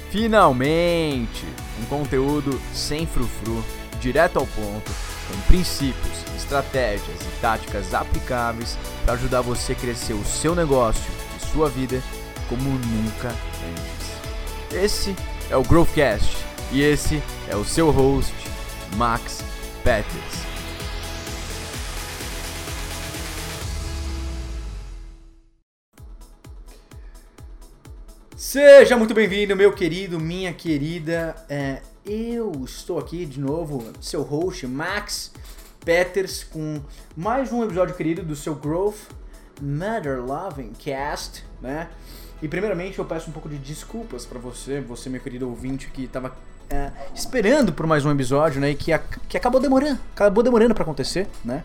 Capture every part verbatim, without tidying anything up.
Finalmente! Um conteúdo sem frufru, direto ao ponto, com princípios, estratégias e táticas aplicáveis para ajudar você a crescer o seu negócio e sua vida como nunca antes. Esse é o Growthcast e esse é o seu host, Max Peters. Seja muito bem-vindo, meu querido, minha querida. É, eu estou aqui de novo, seu host, Max Peters, com mais um episódio querido do seu Growth Mother Loving Cast, né? E primeiramente eu peço um pouco de desculpas para você, você, meu querido ouvinte, que estava é, esperando por mais um episódio, né? E que, a, que acabou demorando, acabou demorando para acontecer, né?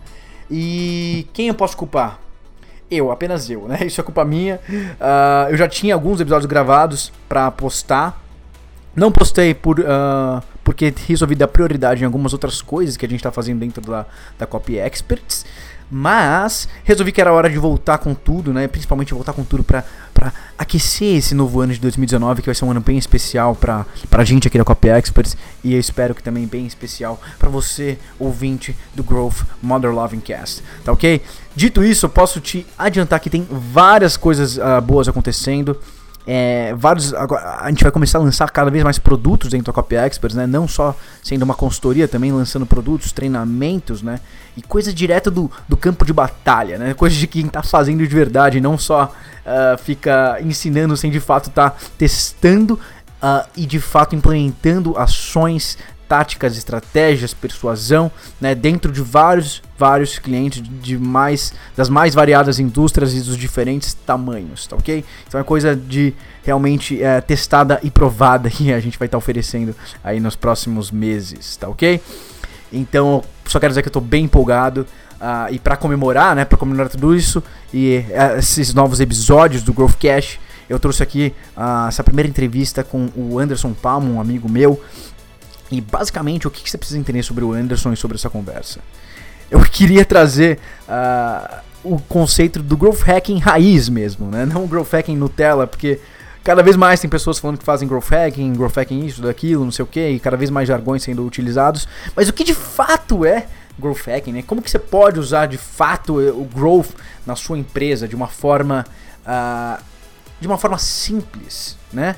E quem eu posso culpar? Eu, apenas eu, né? Isso é culpa minha. Uh, eu já tinha alguns episódios gravados pra postar. Não postei por, uh, porque resolvi dar prioridade em algumas outras coisas que a gente tá fazendo dentro da, da Copy Experts. Mas resolvi que era hora de voltar com tudo, né? Principalmente voltar com tudo pra, pra aquecer esse novo ano de dois mil e dezenove, que vai ser um ano bem especial pra, pra gente aqui da Copy Experts. E eu espero que também bem especial pra você, ouvinte do Growth Mother Loving Cast. Tá ok? Dito isso, eu posso te adiantar que tem várias coisas uh, boas acontecendo. É, vários, agora, a gente vai começar a lançar cada vez mais produtos dentro da Copy Experts, né? Não só sendo uma consultoria, também lançando produtos, treinamentos, né? E coisa direta do, do campo de batalha, né? Coisa de quem tá fazendo de verdade, não só uh, fica ensinando sem de fato tá testando uh, e de fato implementando ações, táticas, estratégias, persuasão, né, dentro de vários, vários clientes de mais, das mais variadas indústrias e dos diferentes tamanhos, tá ok? Então é coisa de realmente é, testada e provada que a gente vai estar tá oferecendo aí nos próximos meses, tá ok? Então só quero dizer que eu tô bem empolgado uh, e para comemorar, né, para comemorar tudo isso e uh, esses novos episódios do Growthcast, eu trouxe aqui uh, essa primeira entrevista com o Anderson Palma, um amigo meu. E basicamente, o que você precisa entender sobre o Anderson e sobre essa conversa? Eu queria trazer uh, o conceito do Growth Hacking raiz mesmo, né? Não o Growth Hacking Nutella, porque cada vez mais tem pessoas falando que fazem Growth Hacking, Growth Hacking isso, daquilo, não sei o que, e cada vez mais jargões sendo utilizados. Mas o que de fato é Growth Hacking, né? Como que você pode usar de fato o Growth na sua empresa de uma forma, uh, de uma forma simples, né?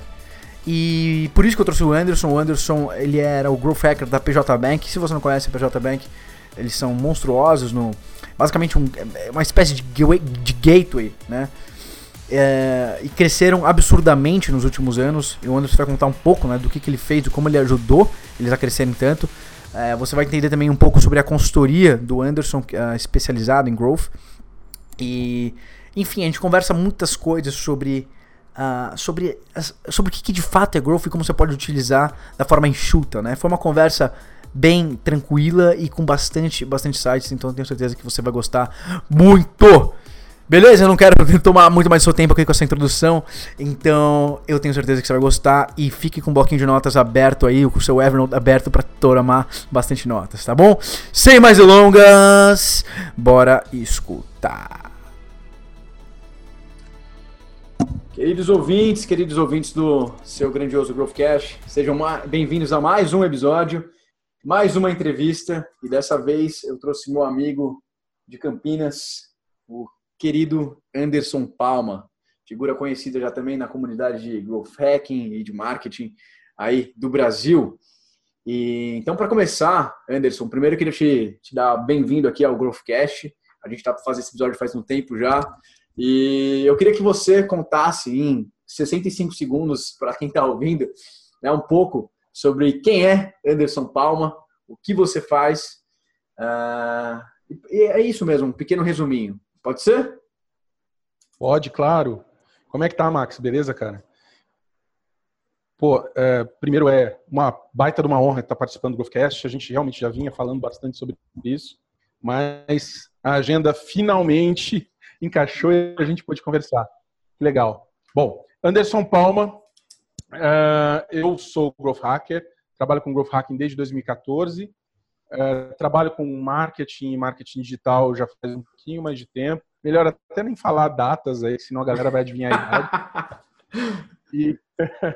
E por isso que eu trouxe o Anderson. O Anderson, ele era o Growth Hacker da P J Bank. Se você não conhece a P J Bank, eles são monstruosos no... Basicamente um, uma espécie de, de gateway, né? É, e cresceram absurdamente nos últimos anos. E o Anderson vai contar um pouco, né, do que, que ele fez, de como ele ajudou eles a crescerem tanto. É, você vai entender também um pouco sobre a consultoria do Anderson, uh, especializado em Growth. E, enfim, a gente conversa muitas coisas sobre... Uh, sobre, sobre o que, que de fato é Growth e como você pode utilizar da forma enxuta, né? Foi uma conversa bem tranquila e com bastante, bastante sites, então eu tenho certeza que você vai gostar muito! Beleza? Eu não quero tomar muito mais do seu tempo aqui com essa introdução, então eu tenho certeza que você vai gostar e fique com um bloquinho de notas aberto aí, com o seu Evernote aberto para tomar bastante notas, tá bom? Sem mais delongas, bora escutar! Queridos ouvintes, queridos ouvintes do seu grandioso Growthcast, sejam bem-vindos a mais um episódio, mais uma entrevista, e dessa vez eu trouxe meu amigo de Campinas, o querido Anderson Palma, figura conhecida já também na comunidade de Growth Hacking e de marketing aí do Brasil. E então, para começar, Anderson, primeiro eu queria te, te dar bem-vindo aqui ao Growthcast. A gente está para fazer esse episódio faz um tempo já. E eu queria que você contasse em sessenta e cinco segundos, para quem está ouvindo, né, um pouco sobre quem é Anderson Palma, o que você faz. Uh, e é isso mesmo, um pequeno resuminho. Pode ser? Pode, claro. Como é que tá, Max? Beleza, cara? Pô, é, primeiro é uma baita de uma honra estar participando do Growthcast. A gente realmente já vinha falando bastante sobre isso, mas a agenda finalmente encaixou e a gente pôde conversar. Legal. Bom, Anderson Palma, uh, eu sou Growth Hacker, trabalho com Growth Hacking desde dois mil e quatorze, uh, trabalho com marketing e marketing digital já faz um pouquinho mais de tempo. Melhor até nem falar datas aí, senão a galera vai adivinhar a idade. E,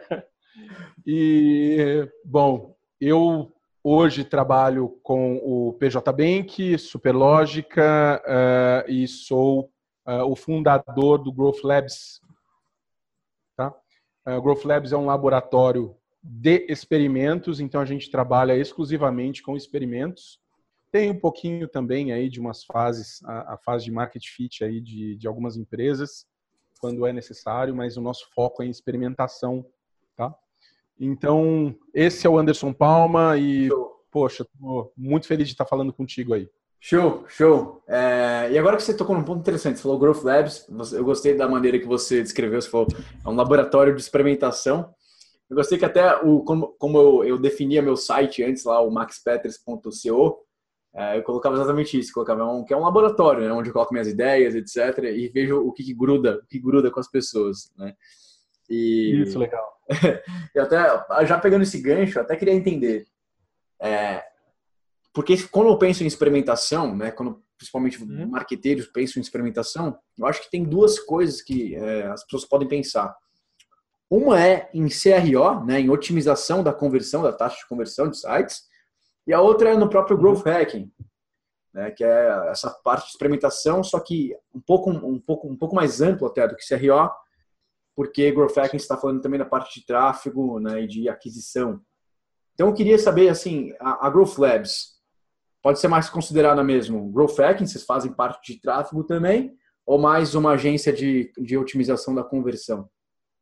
E, bom, eu hoje trabalho com o P J Bank, Superlógica, uh, e sou uh, o fundador do Growth Labs. Tá? Uh, Growth Labs é um laboratório de experimentos, então a gente trabalha exclusivamente com experimentos. Tem um pouquinho também aí de umas fases, a, a fase de market fit aí de, de algumas empresas, quando é necessário, mas o nosso foco é em experimentação, tá? Então, esse é o Anderson Palma e, show. Poxa, tô muito feliz de estar falando contigo aí. Show, show. É, e agora que você tocou num ponto interessante, você falou Growth Labs, eu gostei da maneira que você descreveu, você falou, é um laboratório de experimentação. Eu gostei que até, o, como, como eu, eu definia meu site antes lá, o max peters ponto co, é, eu colocava exatamente isso, colocava um, que é um laboratório, né, onde eu coloco minhas ideias, etcétera, e vejo o que, que gruda, o que gruda com as pessoas, né? E, isso, legal. E até, já pegando esse gancho, eu até queria entender, é, porque quando eu penso em experimentação, né, quando principalmente uhum. marqueteiros pensam em experimentação, eu acho que tem duas coisas que é, as pessoas podem pensar. Uma é em C R O, né, em otimização da conversão, da taxa de conversão de sites, e a outra é no próprio uhum. Growth Hacking, né, que é essa parte de experimentação, só que um pouco, um pouco, um pouco mais amplo até do que C R O, porque Growth Hacking está falando também da parte de tráfego, né, e de aquisição. Então eu queria saber, assim, a, a Growth Labs pode ser mais considerada mesmo Growth Hacking, vocês fazem parte de tráfego também, ou mais uma agência de, de otimização da conversão?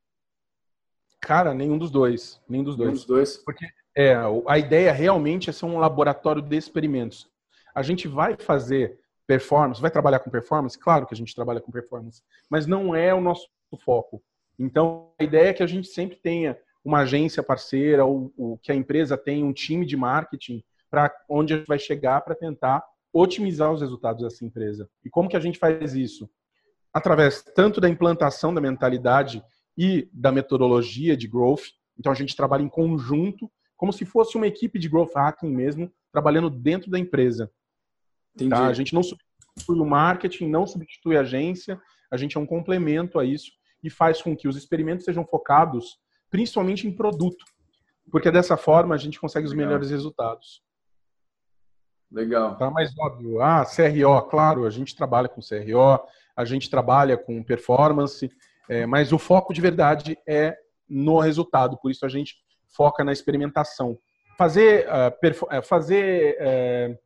Cara, nenhum dos dois. Nenhum dos dois. Nenhum dos dois. Porque é, a ideia realmente é ser um laboratório de experimentos. A gente vai fazer performance, vai trabalhar com performance? Claro que a gente trabalha com performance, mas não é o nosso foco. Então, a ideia é que a gente sempre tenha uma agência parceira ou, ou que a empresa tenha um time de marketing para onde a gente vai chegar para tentar otimizar os resultados dessa empresa. E como que a gente faz isso? Através tanto da implantação da mentalidade e da metodologia de growth. Então, a gente trabalha em conjunto, como se fosse uma equipe de growth hacking mesmo, trabalhando dentro da empresa. Tá? A gente não substitui o marketing, não substitui a agência, a gente é um complemento a isso e faz com que os experimentos sejam focados principalmente em produto, porque dessa forma a gente consegue os Legal. melhores resultados. Legal. Tá, mas óbvio, ah, C R O, claro, a gente trabalha com C R O, a gente trabalha com performance, é, mas o foco de verdade é no resultado, por isso a gente foca na experimentação. Fazer, uh, fazer uh,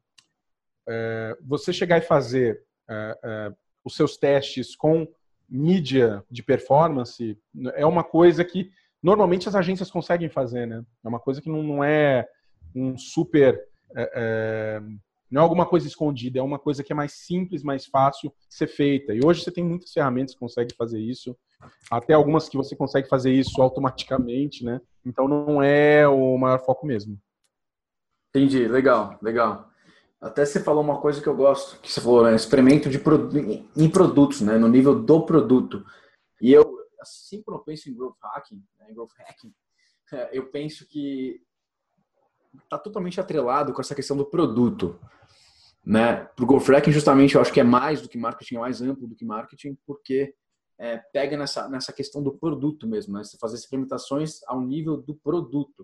uh, você chegar e fazer uh, uh, os seus testes com mídia de performance é uma coisa que normalmente as agências conseguem fazer, né? É uma coisa que não, não é um super... É, é, não é alguma coisa escondida, é uma coisa que é mais simples, mais fácil ser feita. E hoje você tem muitas ferramentas que conseguem fazer isso, até algumas que você consegue fazer isso automaticamente, né? Então não é o maior foco mesmo. Entendi, legal, legal. Até você falou uma coisa que eu gosto, que você falou, né? Experimento de produ... em produtos, né? No nível do produto. E eu, assim quando eu penso em growth hacking, né? em growth hacking, eu penso que está totalmente atrelado com essa questão do produto, né? Para o growth hacking, justamente, eu acho que é mais do que marketing, é mais amplo do que marketing, porque é, pega nessa, nessa questão do produto mesmo, né? Você fazer experimentações ao nível do produto.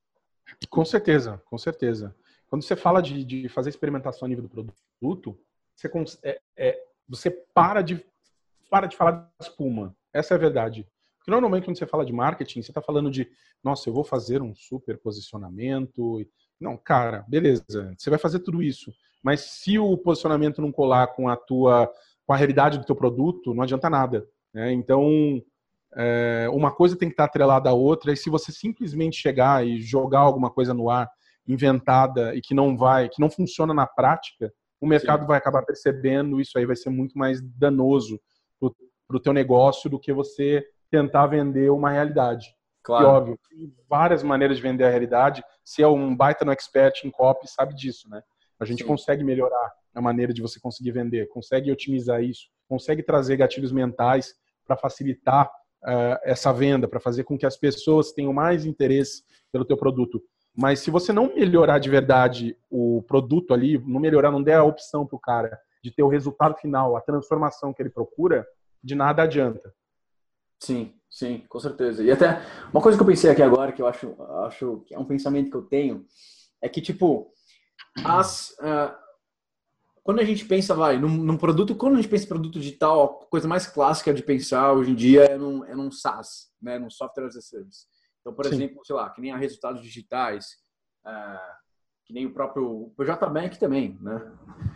Com certeza, com certeza. Quando você fala de, de fazer experimentação a nível do produto, você, é, é, você para, de, para de falar de espuma. Essa é a verdade. Porque normalmente quando você fala de marketing, você está falando de, nossa, eu vou fazer um super posicionamento. Não, cara, beleza, você vai fazer tudo isso. Mas se o posicionamento não colar com a tua, com a realidade do teu produto, não adianta nada. Né? Então, é, uma coisa tem que estar atrelada à outra, e se você simplesmente chegar e jogar alguma coisa no ar, inventada e que não vai, que não funciona na prática, o mercado Sim. vai acabar percebendo, isso aí vai ser muito mais danoso para o teu negócio do que você tentar vender uma realidade. Claro. E óbvio, tem várias maneiras de vender a realidade. Se é um baita no expert em copy, sabe disso, né? A gente Sim. consegue melhorar a maneira de você conseguir vender, consegue otimizar isso, consegue trazer gatilhos mentais para facilitar uh, essa venda, para fazer com que as pessoas tenham mais interesse pelo teu produto. Mas se você não melhorar de verdade o produto ali, não melhorar, não der a opção para o cara de ter o resultado final, a transformação que ele procura, de nada adianta. Sim, Sim, com certeza. E até uma coisa que eu pensei aqui agora, que eu acho, acho que é um pensamento que eu tenho, é que, tipo, as, uh, quando a gente pensa, vai, num, num produto, quando a gente pensa em produto digital, a coisa mais clássica de pensar hoje em dia é num, é num SaaS, né, num Software as a Service. Então, por Sim. exemplo, sei lá, que nem a resultados digitais, uh, que nem o próprio o J Bank também, né?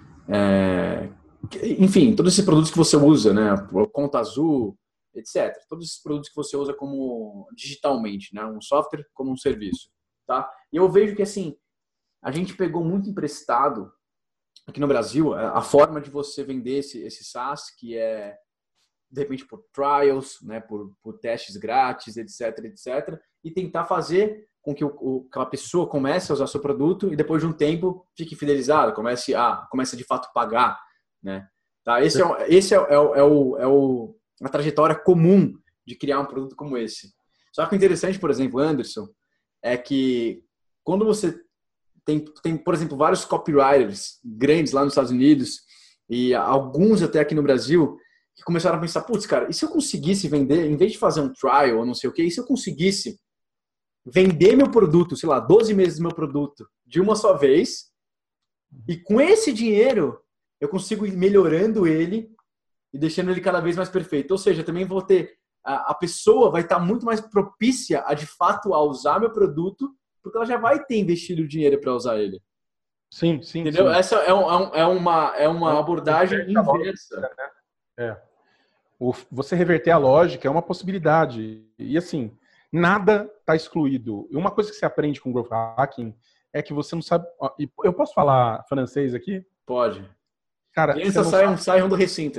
É, enfim, todos esses produtos que você usa, né, Conta Azul, etcétera. Todos esses produtos que você usa como digitalmente, né, um software como um serviço, tá? E eu vejo que assim, a gente pegou muito emprestado aqui no Brasil a forma de você vender esse, esse SaaS, que é de repente por trials, né, por, por testes grátis, etc, etcétera, e tentar fazer com que o, o, aquela pessoa comece a usar seu produto e depois de um tempo fique fidelizado, comece a, comece a de fato pagar, né? Tá? Esse é, esse é, é, é, o, é o, a trajetória comum de criar um produto como esse. Só que o interessante, por exemplo, Anderson, é que quando você tem, tem, por exemplo, vários copywriters grandes lá nos Estados Unidos e alguns até aqui no Brasil que começaram a pensar, putz, cara, e se eu conseguisse vender, em vez de fazer um trial ou não sei o que, e se eu conseguisse vender meu produto, sei lá, doze meses do meu produto de uma só vez e com esse dinheiro eu consigo ir melhorando ele e deixando ele cada vez mais perfeito. Ou seja, também vou ter, a, a pessoa vai estar muito mais propícia a de fato a usar meu produto porque ela já vai ter investido dinheiro para usar ele. Sim, sim, entendeu? sim. Essa é, um, é uma, é uma abordagem inversa. Lógica, né? É. O, você reverter a lógica é uma possibilidade. E assim, nada está excluído. E uma coisa que você aprende com growth hacking é que você não sabe... Eu posso falar francês aqui? Pode. Cara, crianças saiam, saiam do recinto.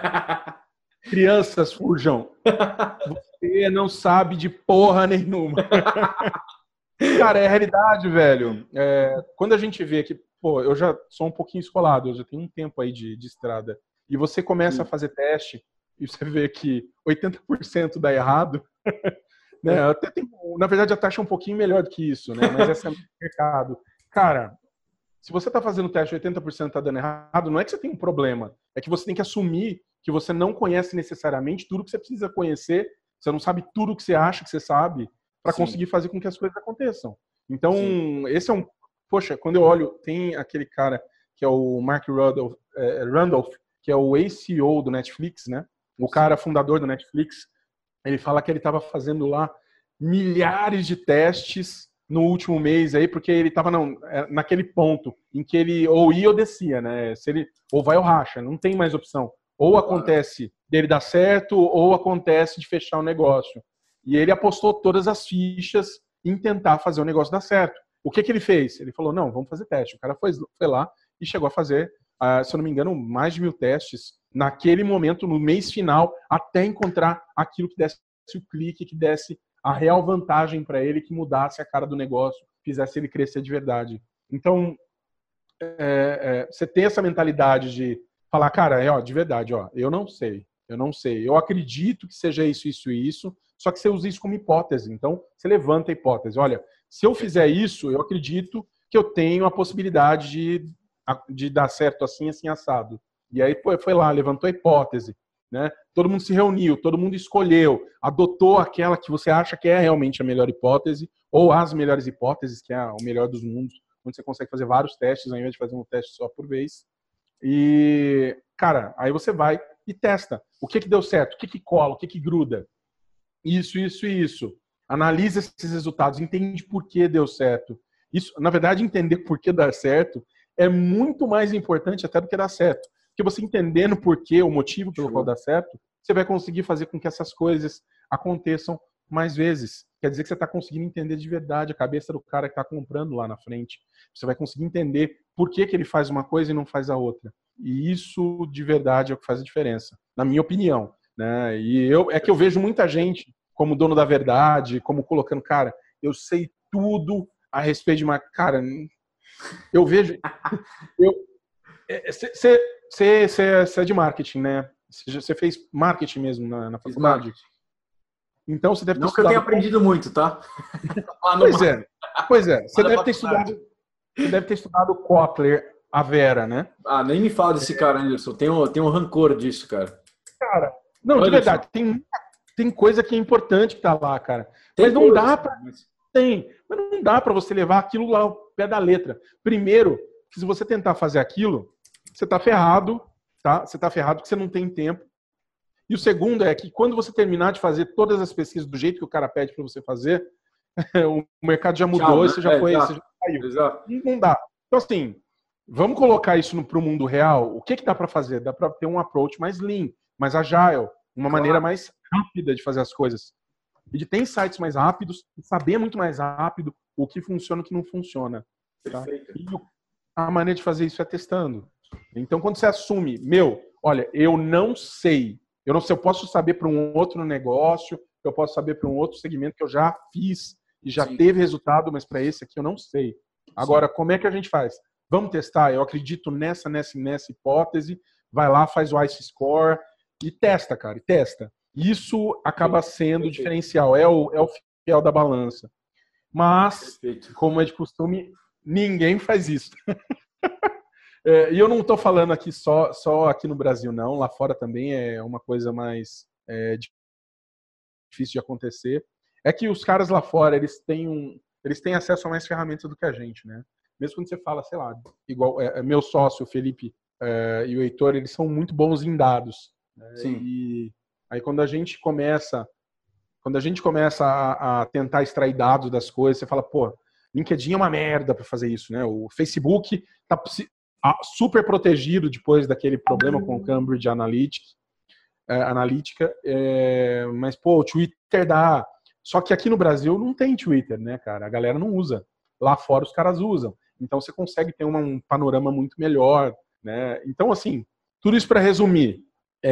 Crianças fujam. Você não sabe de porra nenhuma. Cara, é a realidade, velho. É, quando a gente vê que, pô, eu já sou um pouquinho escolado, eu já tenho um tempo aí de, de estrada, e você começa Sim. a fazer teste, e você vê que oitenta por cento dá errado, né? Até tem, na verdade, a taxa é um pouquinho melhor do que isso, né? Mas essa é o mercado. Cara, se você tá fazendo teste e oitenta por cento tá dando errado, não é que você tem um problema, é que você tem que assumir que você não conhece necessariamente tudo que você precisa conhecer, você não sabe tudo que você acha que você sabe, para conseguir fazer com que as coisas aconteçam. Então, Sim. esse é um... Poxa, quando eu olho, tem aquele cara que é o Mark Randolph, é, Randolph que é o A C O do Netflix, né? O cara fundador do Netflix, ele fala que ele estava fazendo lá milhares de testes no último mês aí, porque ele estava naquele ponto em que ele ou ia ou descia, né? Se ele, ou vai ou racha, não tem mais opção. Ou acontece dele dar certo, ou acontece de fechar o negócio. E ele apostou todas as fichas em tentar fazer o negócio dar certo. O que que ele fez? Ele falou, não, vamos fazer teste. O cara foi, foi lá e chegou a fazer, uh, se eu não me engano, mais de mil testes naquele momento, no mês final, até encontrar aquilo que desse o clique, que desse a real vantagem para ele, que mudasse a cara do negócio, fizesse ele crescer de verdade. Então, é, é, você tem essa mentalidade de falar, cara, é, ó, de verdade, ó, eu não sei, eu não sei, eu acredito que seja isso, isso e isso, só que você usa isso como hipótese. Então, você levanta a hipótese. Olha, se eu fizer isso, eu acredito que eu tenho a possibilidade de, de dar certo assim, assim, assado. E aí foi lá, levantou a hipótese. Né? Todo mundo se reuniu, todo mundo escolheu, adotou aquela que você acha que é realmente a melhor hipótese, ou as melhores hipóteses, que é o melhor dos mundos, onde você consegue fazer vários testes, ao invés de fazer um teste só por vez. E, cara, aí você vai e testa. O que que deu certo? O que que cola? O que que gruda? Isso, isso e isso. Analisa esses resultados, entende por que deu certo. Isso, na verdade, entender por que dar certo é muito mais importante até do que dar certo. Porque você entendendo por que, o motivo pelo qual dá certo, você vai conseguir fazer com que essas coisas aconteçam mais vezes. Quer dizer que você está conseguindo entender de verdade a cabeça do cara que está comprando lá na frente. Você vai conseguir entender por que, que ele faz uma coisa e não faz a outra. E isso, de verdade, é o que faz a diferença, na minha opinião. Né? E eu, é que eu vejo muita gente como dono da verdade, como colocando, cara, eu sei tudo a respeito de uma... Cara, eu vejo... Você é de marketing, né? Você fez marketing mesmo na, na faculdade? Então você deve ter Não estudado... Não que eu tenha aprendido muito, tá? Pois é, pois é. Você deve ter estudado... Você deve ter estudado Kotler, a Vera, né? Ah, nem me fala desse cara, Anderson. Tem um, tem um rancor disso, cara. Cara, não, de verdade, tem, tem coisa que é importante que tá lá, cara. Tem Mas não coisa, dá pra... mas- Tem, mas não dá pra você levar aquilo lá ao pé da letra. Primeiro, que se você tentar fazer aquilo, você tá ferrado, tá? Você tá ferrado porque você não tem tempo. E o segundo é que quando você terminar de fazer todas as pesquisas do jeito que o cara pede pra você fazer, o mercado já mudou, Tchau, e né? você já É, foi, exato, você já saiu. exato. Não dá. Então, assim, vamos colocar isso para o mundo real. O que, que dá para fazer? Dá para ter um approach mais lean, mais agile, uma Claro. maneira mais rápida de fazer as coisas. E de ter insights mais rápidos, saber muito mais rápido o que funciona e o que não funciona. Tá? Perfeito. E a maneira de fazer isso é testando. Então, quando você assume, meu, olha, eu não sei, eu não sei, eu posso saber para um outro negócio, eu posso saber para um outro segmento que eu já fiz e já Sim. teve resultado, mas para esse aqui eu não sei. Agora, Sim. como é que a gente faz? Vamos testar, eu acredito nessa, nessa, nessa hipótese, vai lá, faz o ICE Score e testa, cara, e testa. Isso acaba sendo o diferencial, é o, é o fiel da balança. Mas, Perfeito. como é de costume, ninguém faz isso. é, e eu não estou falando aqui só, só aqui no Brasil, não. Lá fora também é uma coisa mais é, difícil de acontecer. É que os caras lá fora, eles têm, um, eles têm acesso a mais ferramentas do que a gente, né? Mesmo quando você fala, sei lá, igual é, meu sócio, o Felipe, é, e o Heitor, eles são muito bons em dados. Né? Sim. E aí quando a gente começa, quando a gente começa a, a tentar extrair dados das coisas, você fala, pô, LinkedIn é uma merda para fazer isso, né? O Facebook tá super protegido depois daquele problema com o Cambridge Analytica, é, Analytica é, mas, pô, o Twitter dá. Só que aqui no Brasil não tem Twitter, né, cara? A galera não usa. Lá fora os caras usam. Então você consegue ter uma, um panorama muito melhor, né? Então, assim, tudo isso para resumir.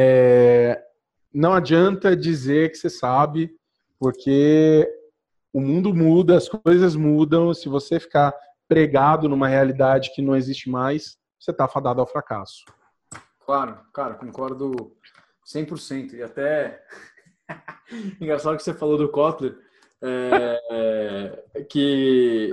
É, não adianta dizer que você sabe, porque o mundo muda, as coisas mudam. Se você ficar pregado numa realidade que não existe mais, você está fadado ao fracasso. Claro, cara, concordo cem por cento. E até... Engraçado que você falou do Kotler, é, é, que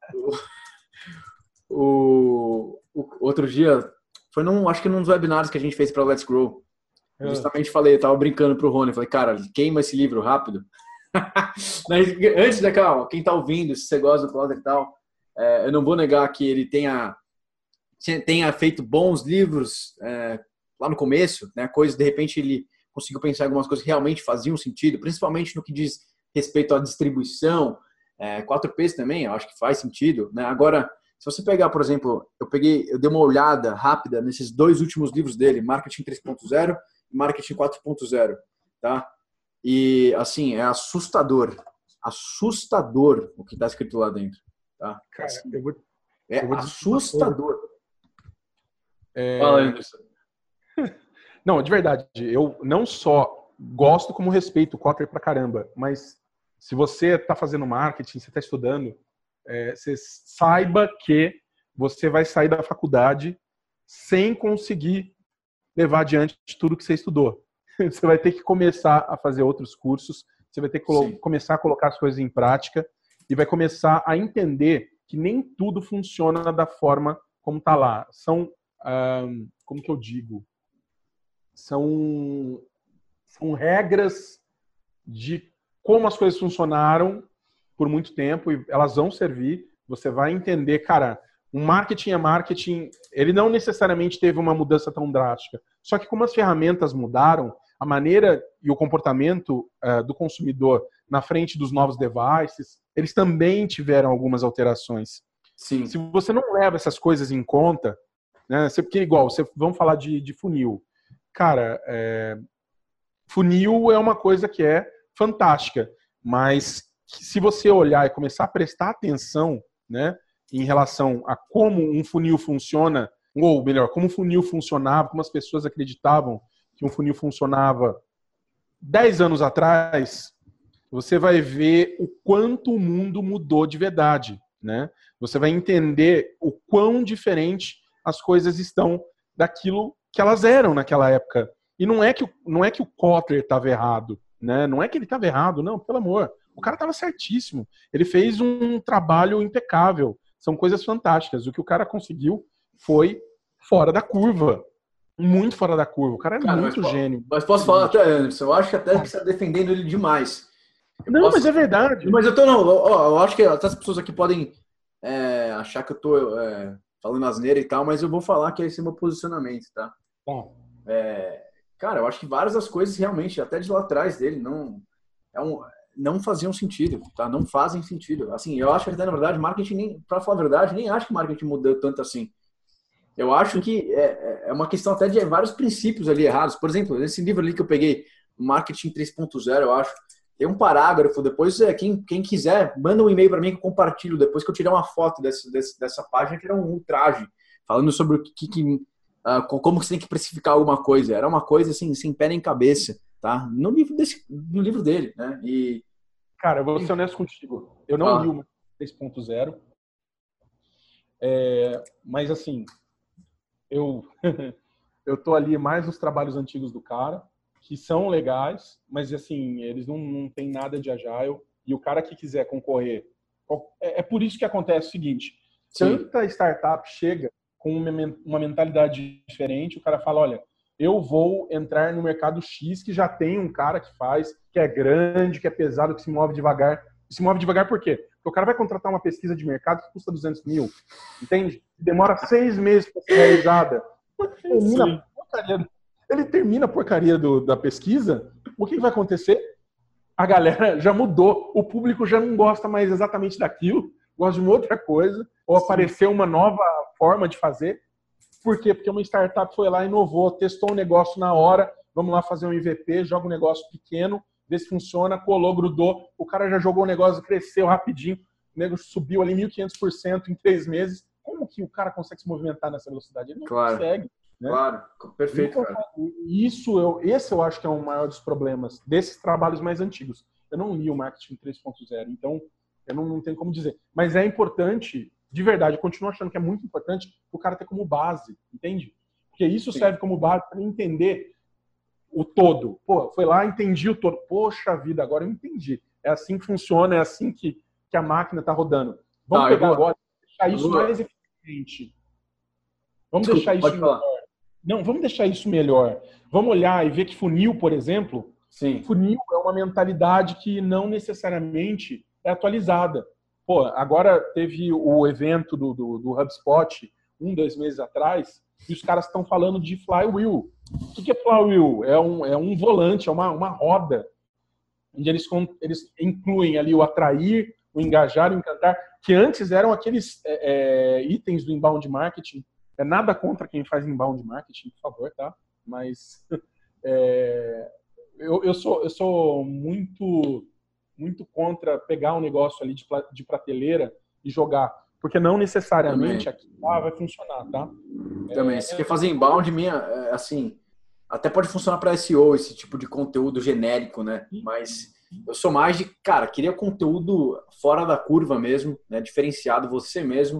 o, o, o outro dia, foi num, acho que num dos webinários que a gente fez para o Let's Grow, eu justamente falei, eu tava brincando pro Rony, falei, cara, queima esse livro rápido. Mas, antes daquela, quem tá ouvindo, se você gosta do Kotler e tal, é, eu não vou negar que ele tenha, tenha feito bons livros é, lá no começo, né, coisas, de repente ele conseguiu pensar em algumas coisas que realmente faziam sentido, principalmente no que diz respeito à distribuição, é, quatro P's também, eu acho que faz sentido, né? Agora, se você pegar, por exemplo, eu peguei, eu dei uma olhada rápida nesses dois últimos livros dele, Marketing três ponto zero e Marketing quatro ponto zero, tá? E, assim, é assustador, assustador o que está escrito lá dentro, tá? Cara, assim, eu vou, é eu vou assustador. É... Fala, Anderson. Não, de verdade, eu não só gosto como respeito o Kotler pra caramba, mas se você está fazendo marketing, você está estudando, é, você saiba que você vai sair da faculdade sem conseguir levar adiante tudo que você estudou. Você vai ter que começar a fazer outros cursos, você vai ter que Sim. começar a colocar as coisas em prática e vai começar a entender que nem tudo funciona da forma como está lá. São, hum, como que eu digo? São, são regras de como as coisas funcionaram por muito tempo e elas vão servir. Você vai entender, cara, o marketing é marketing, ele não necessariamente teve uma mudança tão drástica. Só que como as ferramentas mudaram, a maneira e o comportamento uh, do consumidor na frente dos novos devices, eles também tiveram algumas alterações. Sim. Se você não leva essas coisas em conta, né, você, porque igual, você, vamos falar de, de funil. Cara, é, funil é uma coisa que é fantástica, mas se você olhar e começar a prestar atenção, né, em relação a como um funil funciona, ou melhor, como um funil funcionava, como as pessoas acreditavam que um funil funcionava dez anos atrás, você vai ver o quanto o mundo mudou de verdade, né? Você vai entender o quão diferente as coisas estão daquilo que elas eram naquela época. E não é que o, não é que o Kotler estava errado, né? Não é que ele estava errado, não, pelo amor. O cara estava certíssimo. Ele fez um trabalho impecável. São coisas fantásticas. O que o cara conseguiu foi fora da curva. Muito fora da curva. O cara é cara, muito mas, gênio. Mas posso falar até, Anderson, eu acho que até que você está defendendo ele demais. Eu não, posso... mas é verdade. Mas eu tô, não, ó, eu acho que até as pessoas aqui podem é, achar que eu tô é, falando asneira e tal, mas eu vou falar que esse é o meu posicionamento, tá? Bom. É, cara, eu acho que várias das coisas realmente, até de lá atrás dele, não, é um, não faziam sentido, tá? Não fazem sentido. Assim, eu acho que até, na verdade, marketing, nem, pra falar a verdade, nem acho que marketing mudou tanto assim. Eu acho que é, é uma questão até de vários princípios ali errados. Por exemplo, nesse livro ali que eu peguei, Marketing três ponto zero, eu acho, tem um parágrafo. Depois, quem, quem quiser, manda um e-mail para mim que eu compartilho. Depois que eu tirei uma foto desse, desse, dessa página, que era um ultraje, falando sobre o que, que uh, como você tem que precificar alguma coisa. Era uma coisa assim, sem pé nem cabeça, tá? No livro, desse, no livro dele, né? E... Cara, eu vou ser honesto contigo. Eu não ah. li o três ponto zero. É, mas assim... Eu, eu tô ali mais nos trabalhos antigos do cara, que são legais, mas assim, eles não, não tem nada de agile. E o cara que quiser concorrer... É, é por isso que acontece o seguinte. Sim. Tanta startup chega com uma, uma mentalidade diferente, o cara fala, olha, eu vou entrar no mercado X, que já tem um cara que faz, que é grande, que é pesado, que se move devagar. Se move devagar por quê? Porque o cara vai contratar uma pesquisa de mercado que custa duzentos mil, entende? Demora seis meses para ser realizada. Termina a porcaria, ele termina a porcaria do, da pesquisa, o que vai acontecer? A galera já mudou, o público já não gosta mais exatamente daquilo, gosta de uma outra coisa, ou Sim. apareceu uma nova forma de fazer. Por quê? Porque uma startup foi lá, inovou, testou um negócio na hora, vamos lá fazer um M V P, joga um negócio pequeno, vê se funciona, colou, grudou, o cara já jogou o negócio, cresceu rapidinho, o negócio subiu ali mil e quinhentos por cento em três meses. Como que o cara consegue se movimentar nessa velocidade? Ele não claro. consegue. Né? Claro, perfeito, cara. Isso eu, esse eu acho que é o maior dos problemas desses trabalhos mais antigos. Eu não li o Marketing três ponto zero, então eu não, não tenho como dizer. Mas é importante, de verdade, eu continuo achando que é muito importante o cara ter como base, entende? Porque isso Sim. serve como base para entender o todo. Pô, foi lá, entendi o todo. Poxa vida, agora eu entendi. É assim que funciona, é assim que, que a máquina está rodando. Vamos tá, pegar vou... agora e deixar isso vou... mais eficiente. Vamos Desculpa, deixar isso melhor. Falar. Não, vamos deixar isso melhor. Vamos olhar e ver que funil, por exemplo, Sim. funil é uma mentalidade que não necessariamente é atualizada. Pô, agora teve o evento do, do, do HubSpot, um, dois meses atrás, e os caras estão falando de flywheel. O que é flywheel? É um, é um volante, é uma, uma roda, onde eles, eles incluem ali o atrair, o engajar, o encantar, que antes eram aqueles é, é, itens do inbound marketing. É nada contra quem faz inbound marketing, por favor, tá? Mas é, eu, eu, sou, eu sou muito, muito contra pegar um negócio ali de, de prateleira e jogar. Porque não necessariamente aqui ah, vai funcionar, tá? Também. É, Se é, quer fazer inbound, minha, assim, até pode funcionar para S E O, esse tipo de conteúdo genérico, né? Mas eu sou mais de, cara, queria conteúdo fora da curva mesmo, né? Diferenciado você mesmo.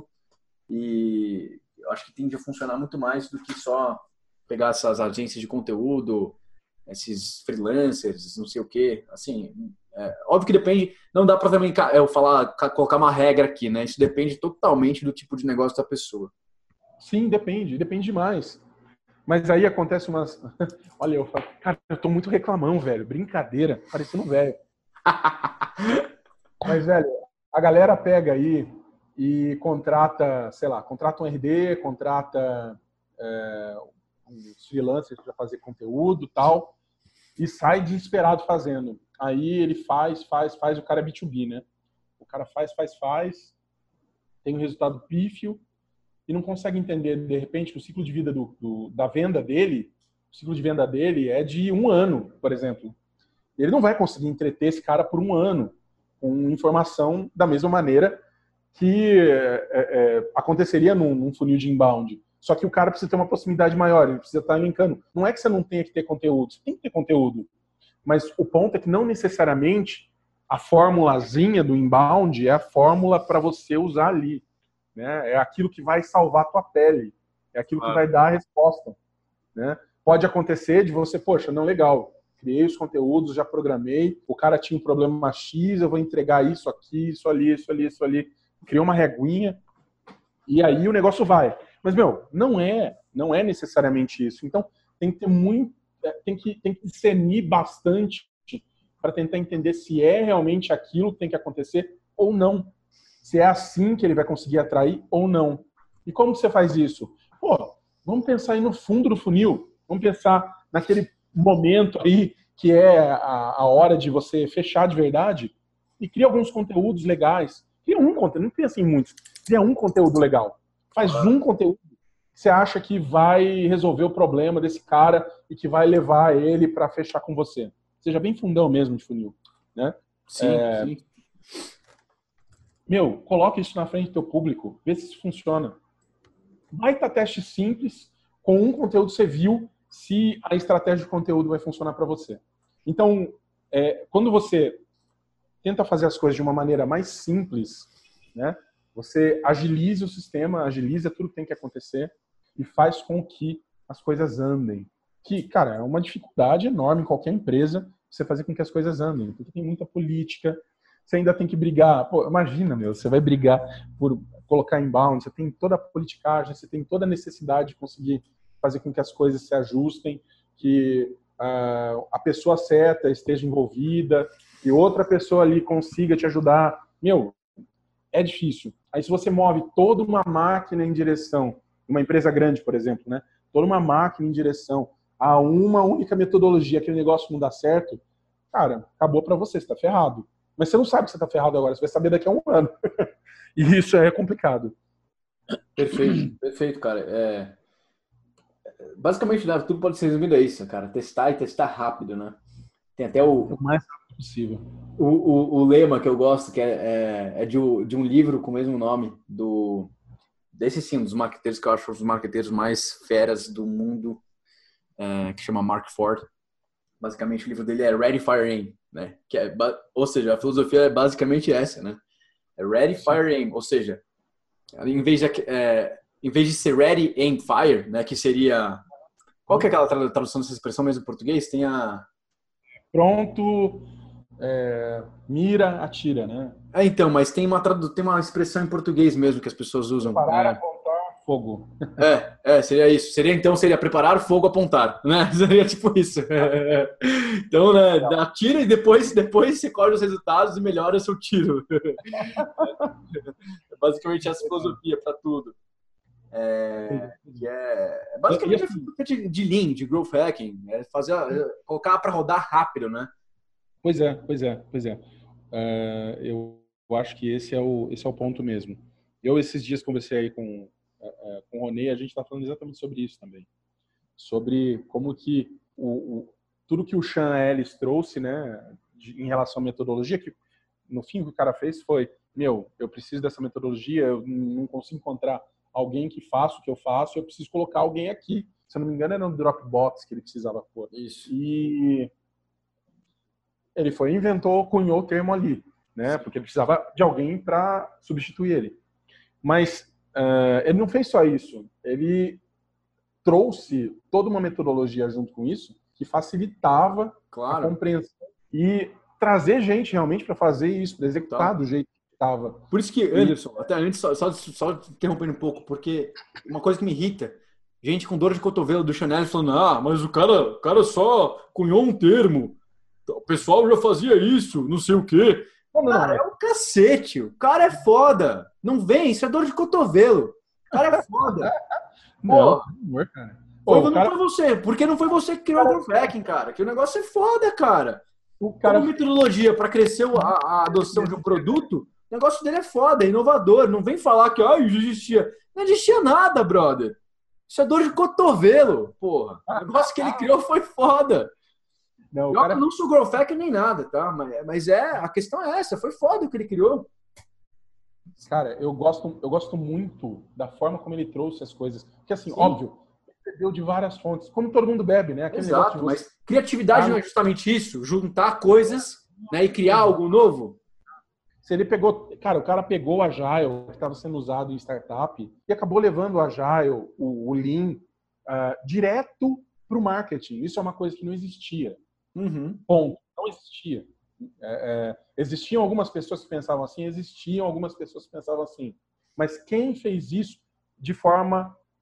E eu acho que tende a funcionar muito mais do que só pegar essas agências de conteúdo, esses freelancers, não sei o quê. Assim, é, óbvio que depende, não dá para também eu falar, colocar uma regra aqui, né? Isso depende totalmente do tipo de negócio da pessoa. Sim, depende, depende demais. Mas aí acontece umas... Olha, eu falo, cara, eu tô muito reclamão, velho. Brincadeira, parecendo velho. Mas, velho, a galera pega aí e contrata, sei lá, contrata um R D, contrata é, uns freelancers para fazer conteúdo e tal, e sai desesperado fazendo. Aí ele faz, faz, faz, o cara é B dois B, né? O cara faz, faz, faz, tem um resultado pífio e não consegue entender, de repente, que o ciclo de vida do, do, da venda dele, o ciclo de venda dele é de um ano, por exemplo. Ele não vai conseguir entreter esse cara por um ano com informação da mesma maneira que é, é, aconteceria num, num funil de inbound. Só que o cara precisa ter uma proximidade maior, ele precisa estar linkando. Não é que você não tenha que ter conteúdo, você tem que ter conteúdo. Mas o ponto é que não necessariamente a formulazinha do inbound é a fórmula para você usar ali. Né? É aquilo que vai salvar a tua pele. É aquilo que ah. vai dar a resposta. Né? Pode acontecer de você, poxa, não, legal, criei os conteúdos, já programei, o cara tinha um problema X, eu vou entregar isso aqui, isso ali, isso ali, isso ali. Criou uma reguinha e aí o negócio vai. Mas, meu, não é, não é necessariamente isso. Então, tem que ter muito, tem que, tem que discernir bastante para tentar entender se é realmente aquilo que tem que acontecer ou não. Se é assim que ele vai conseguir atrair ou não. E como que você faz isso? Pô, vamos pensar aí no fundo do funil. Vamos pensar naquele momento aí que é a, a hora de você fechar de verdade e cria alguns conteúdos legais. Cria um conteúdo, não pensa em muitos. Cria um conteúdo legal. Faz um conteúdo que você acha que vai resolver o problema desse cara e que vai levar ele para fechar com você. Seja bem fundão mesmo de funil, né? Sim, é... sim. Meu, coloque isso na frente do teu público, vê se isso funciona. Baita teste simples, com um conteúdo você viu se a estratégia de conteúdo vai funcionar para você. Então, é, quando você tenta fazer as coisas de uma maneira mais simples, né, você agiliza o sistema, agiliza tudo que tem que acontecer e faz com que as coisas andem. Que, cara, é uma dificuldade enorme em qualquer empresa você fazer com que as coisas andem, porque tem muita política, você ainda tem que brigar. Pô, imagina, meu, você vai brigar por colocar inbound, você tem toda a politicagem, você tem toda a necessidade de conseguir fazer com que as coisas se ajustem, que uh, a pessoa certa esteja envolvida, que outra pessoa ali consiga te ajudar. Meu, é difícil. Aí se você move toda uma máquina em direção, uma empresa grande, por exemplo, né? Toda uma máquina em direção a uma única metodologia, aquele negócio não dá certo, cara, acabou para você, você tá ferrado. Mas você não sabe que você tá ferrado agora, você vai saber daqui a um ano. E isso é complicado. Perfeito, perfeito, cara. É... Basicamente, né, tudo pode ser resumido a isso, cara. Testar e testar rápido, né? Tem até o... O mais rápido possível. O, o, o lema que eu gosto, que é, é, é de, de um livro com o mesmo nome, do... Desse sim, um dos marqueteiros que eu acho os marqueteiros mais feras do mundo, é, que chama Mark Ford. Basicamente, o livro dele é Ready, Fire, Aim, né? Que é, ou seja, a filosofia é basicamente essa, né? É Ready, Fire, Aim, ou seja, em vez de, é, em vez de ser Ready, Aim, Fire, né? Que seria... Qual que é aquela tradução dessa expressão mesmo em português? Tem a... Pronto, é, mira, atira, né? É, então, mas tem uma, tradu... tem uma expressão em português mesmo que as pessoas usam. Parar, é... apontar, fogo. É, é, seria isso. Seria então, seria preparar fogo, apontar, né? Seria tipo isso. É. Então, né, dá tiro e depois, depois você colhe os resultados e melhora o seu tiro. É basicamente essa filosofia para tudo. É, que é, é basicamente a filosofia de Lean, de Growth Hacking, é fazer, é, colocar para rodar rápido, né? Pois é, pois é, pois é. Uh, eu, eu acho que esse é o, esse é o ponto mesmo. Eu, esses dias, conversei aí com, uh, com o Ronê, a gente está falando exatamente sobre isso também. Sobre como que o, o, tudo que o Sean Ellis trouxe, né, de, em relação à metodologia, que no fim o que o cara fez foi, meu, eu preciso dessa metodologia, eu não consigo encontrar alguém que faça o que eu faço, eu preciso colocar alguém aqui. Se eu não me engano, era no Dropbox que ele precisava pôr. Isso. E ele foi, inventou, cunhou o termo ali, né? Porque ele precisava de alguém para substituir ele. Mas uh, ele não fez só isso. Ele trouxe toda uma metodologia junto com isso que facilitava claro. a compreensão e trazer gente realmente para fazer isso, para executar tá. do jeito que estava. Por isso que, Anderson, e... até antes, só, só, só interrompendo um pouco, porque uma coisa que me irrita, gente com dor de cotovelo do Chanel falando, ah, mas o cara, o cara só cunhou um termo, o pessoal já fazia isso, não sei o quê. Não, não, cara, não. É um cacete, o cara é foda. Não vem, isso é dor de cotovelo. O cara é foda. Não, amor, cara. Foi, não cara... foi você, porque não foi você que criou o Growth Hacking, cara. Que o negócio é foda, cara. O cara... Como metodologia para crescer a, a adoção de um produto, o negócio dele é foda, é inovador. Não vem falar que ah, existia. Não existia nada, brother. Isso é dor de cotovelo, porra. O negócio que ele criou foi foda. Não, eu cara... não sou Growth Hacking nem nada, tá? Mas, mas é, a questão é essa, foi foda o que ele criou. Cara, eu gosto, eu gosto muito da forma como ele trouxe as coisas. Porque, assim, Sim. óbvio, ele bebeu de várias fontes. Como todo mundo bebe, né? Aquele Exato, mas você... criatividade ah, não é justamente isso? Juntar coisas, né, e criar algo novo? Se ele pegou... Cara, o cara pegou o Agile, que estava sendo usado em startup, e acabou levando o Agile, o, o Lean, uh, direto para o marketing. Isso é uma coisa que não existia. Uhum. Ponto. Não existia. É, é, existiam algumas pessoas que pensavam assim, existiam algumas pessoas que pensavam assim. Mas quem fez isso de forma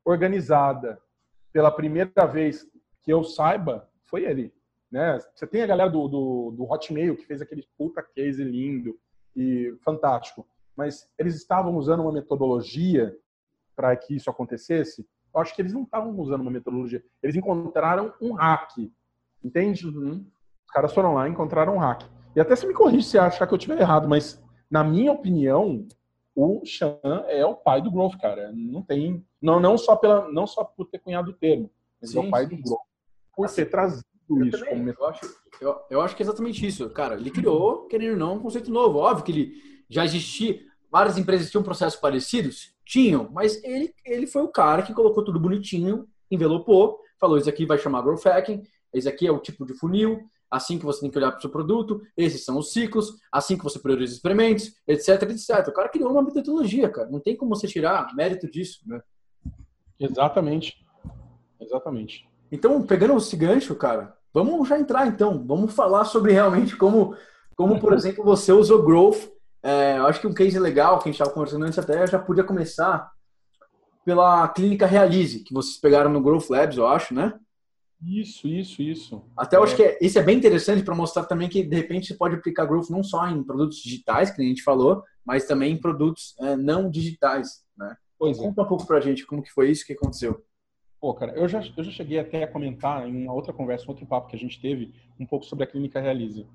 organizada pela primeira vez que eu saiba, foi ele. Né? Você tem a galera do, do, do Hotmail que fez aquele puta case lindo e fantástico, mas eles estavam usando uma metodologia para que isso acontecesse? Eu acho que eles não estavam usando uma metodologia. Eles encontraram um hack, entende? Uhum. Os caras foram lá e encontraram um hack. E até se me corrige se achar que eu estiver errado, mas na minha opinião, o Sean é o pai do growth, cara. Não tem, não, não só pela, não só por ter cunhado o termo, mas sim, é o pai sim. do growth por assim, ter trazido eu isso. Também, como eu, acho, eu, eu acho que é exatamente isso, cara. Ele criou, querendo ou não, um conceito novo. Óbvio que ele já existia, várias empresas tinham processos parecidos, tinham, mas ele, ele foi o cara que colocou tudo bonitinho, envelopou, falou: isso aqui vai chamar growth hacking, esse aqui é o tipo de funil, assim que você tem que olhar para o seu produto, esses são os ciclos, assim que você prioriza os experimentos, etc, etcétera. O cara criou uma metodologia, cara. Não tem como você tirar mérito disso, né? Exatamente. Exatamente. Então, pegando esse gancho, cara, vamos já entrar então. Vamos falar sobre realmente como, como por exemplo, você usou growth. É, eu acho que um case legal que a gente estava conversando antes até já podia começar pela clínica Realize, que vocês pegaram no Growth Labs, eu acho, né? Isso, isso, isso. Até eu é. acho que é, isso é bem interessante para mostrar também que, de repente, você pode aplicar growth não só em produtos digitais, que a gente falou, mas também em produtos é, não digitais, né? Pois então, é. Conta um pouco para a gente como que foi isso, o que aconteceu. Pô, cara, eu já, eu já cheguei até a comentar em uma outra conversa, um outro papo que a gente teve, um pouco sobre a clínica Realize.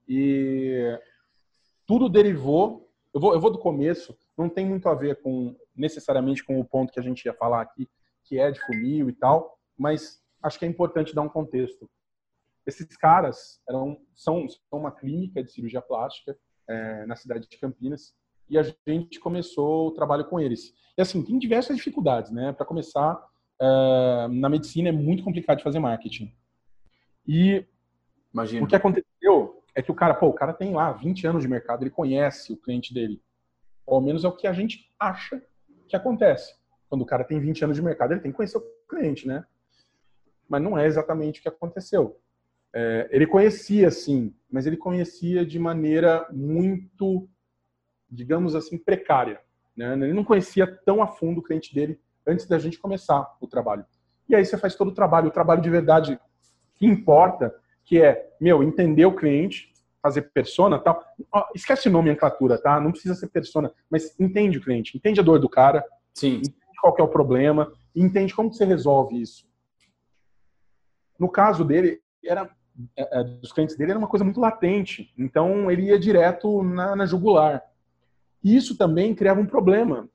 E tudo derivou, eu vou, eu vou do começo, não tem muito a ver com, necessariamente com o ponto que a gente ia falar aqui, que é de funil e tal, mas acho que é importante dar um contexto. Esses caras eram, são, são uma clínica de cirurgia plástica é, na cidade de Campinas e a gente começou o trabalho com eles. E assim, tem diversas dificuldades, né? Para começar, é, na medicina é muito complicado de fazer marketing. E Imagina. O que aconteceu é que o cara, pô, o cara tem lá vinte anos de mercado, ele conhece o cliente dele. Ou ao menos é o que a gente acha que acontece. Quando o cara tem vinte anos de mercado, ele tem que conhecer o cliente, né? Mas não é exatamente o que aconteceu. É, ele conhecia, sim, mas ele conhecia de maneira muito, digamos assim, precária, né? Ele não conhecia tão a fundo o cliente dele antes da gente começar o trabalho. E aí você faz todo o trabalho, o trabalho de verdade que importa, que é, meu, entender o cliente, fazer persona e tal. Ó, esquece nomenclatura, tá? Não precisa ser persona, mas entende o cliente, entende a dor do cara, sim. Entende qual que é o problema, entende como que você resolve isso. No caso dele, era, é, dos clientes dele, era uma coisa muito latente. Então, ele ia direto na, na jugular. E isso também criava um problema.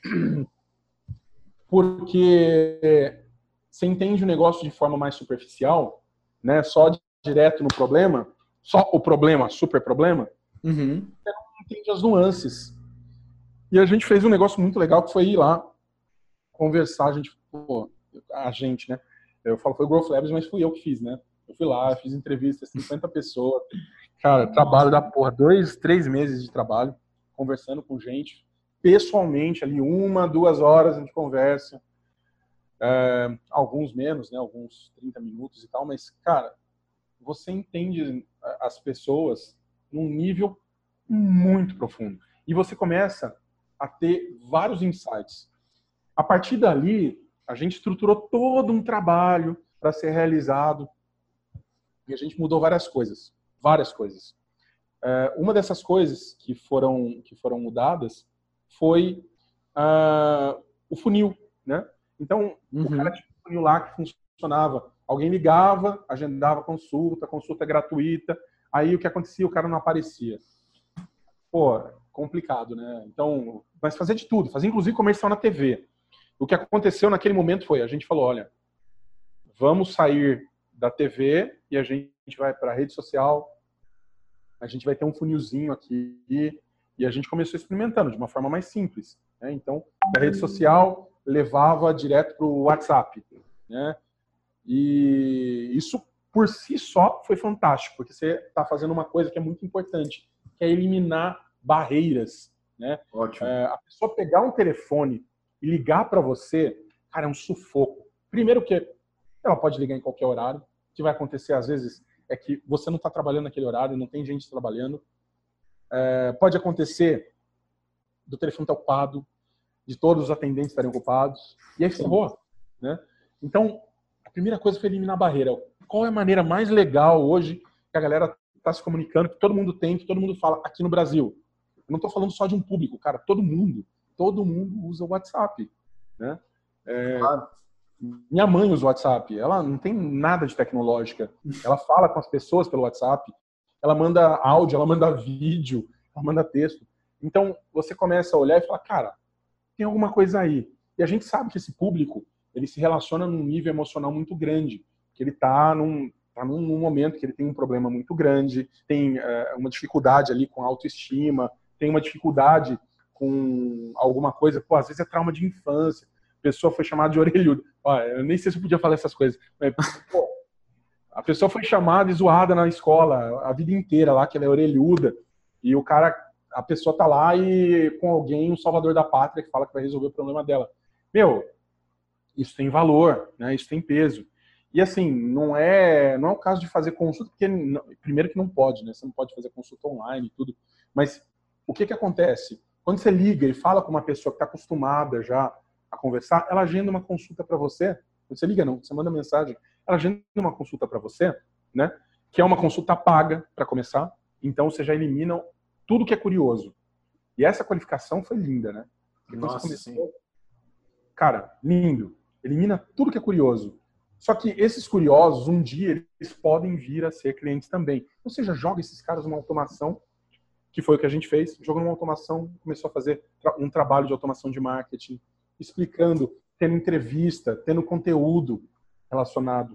Porque você entende o negócio de forma mais superficial, né? Só direto no problema, só o problema, super problema, uhum. Você não entende as nuances. E a gente fez um negócio muito legal que foi ir lá conversar, a gente, pô, a gente, né? Eu falo, foi o Growth Labs, mas fui eu que fiz, né? Eu fui lá, fiz entrevistas, cinquenta pessoas. Cara, trabalho da porra, dois, três meses de trabalho, conversando com gente, pessoalmente, ali, uma, duas horas de conversa. É, alguns menos, né? Alguns trinta minutos e tal, mas, cara, você entende as pessoas num nível muito profundo. E você começa a ter vários insights. A partir dali, a gente estruturou todo um trabalho para ser realizado e a gente mudou várias coisas, várias coisas. É, uma dessas coisas que foram que foram mudadas foi uh, o funil, né? Então, uhum. o cara tinha um funil lá que funcionava. Alguém ligava, agendava consulta, consulta gratuita. Aí o que acontecia? O cara não aparecia. Pô, complicado, né? Então, mas fazer de tudo, fazer inclusive comercial na T V. O que aconteceu naquele momento foi, a gente falou, olha, vamos sair da T V e a gente vai para a rede social, a gente vai ter um funilzinho aqui e a gente começou experimentando de uma forma mais simples, né? Então, da rede social levava direto para o WhatsApp, né? E isso por si só foi fantástico, porque você está fazendo uma coisa que é muito importante, que é eliminar barreiras, né? Ótimo. É, a pessoa pegar um telefone e ligar para você, cara, é um sufoco. Primeiro que ela pode ligar em qualquer horário. O que vai acontecer, às vezes, é que você não está trabalhando naquele horário, não tem gente trabalhando. É, pode acontecer do telefone estar ocupado, de todos os atendentes estarem ocupados. E aí ferrou, né? Então, a primeira coisa foi eliminar a barreira. Qual é a maneira mais legal hoje que a galera está se comunicando, que todo mundo tem, que todo mundo fala aqui no Brasil? Eu não estou falando só de um público, cara, todo mundo. Todo mundo usa o WhatsApp, né? É, claro. Minha mãe usa o WhatsApp, ela não tem nada de tecnológica. Ela fala com as pessoas pelo WhatsApp, ela manda áudio, ela manda vídeo, ela manda texto. Então, você começa a olhar e falar, cara, tem alguma coisa aí. E a gente sabe que esse público, ele se relaciona num nível emocional muito grande, que ele está num, tá num momento que ele tem um problema muito grande, tem é, uma dificuldade ali com a autoestima, tem uma dificuldade com alguma coisa, pô, às vezes é trauma de infância, a pessoa foi chamada de orelhuda. Ó, eu nem sei se eu podia falar essas coisas, mas, pô, a pessoa foi chamada e zoada na escola a vida inteira lá, que ela é orelhuda, e o cara, a pessoa tá lá e com alguém, um salvador da pátria, que fala que vai resolver o problema dela. Meu, isso tem valor, né? Isso tem peso. E assim, não é, não é o caso de fazer consulta, porque primeiro que não pode, né? Você não pode fazer consulta online e tudo, mas o que que acontece? Quando você liga e fala com uma pessoa que está acostumada já a conversar, ela agenda uma consulta para você. Quando você liga, não, você manda mensagem, ela agenda uma consulta para você, né? Que é uma consulta paga, para começar. Então, você já elimina tudo que é curioso. E essa qualificação foi linda, né? Porque Nossa, começou, sim. cara, lindo. Elimina tudo que é curioso. Só que esses curiosos, um dia, eles podem vir a ser clientes também. Ou seja, joga esses caras numa automação, que foi o que a gente fez, jogou numa automação, começou a fazer um trabalho de automação de marketing, explicando, tendo entrevista, tendo conteúdo relacionado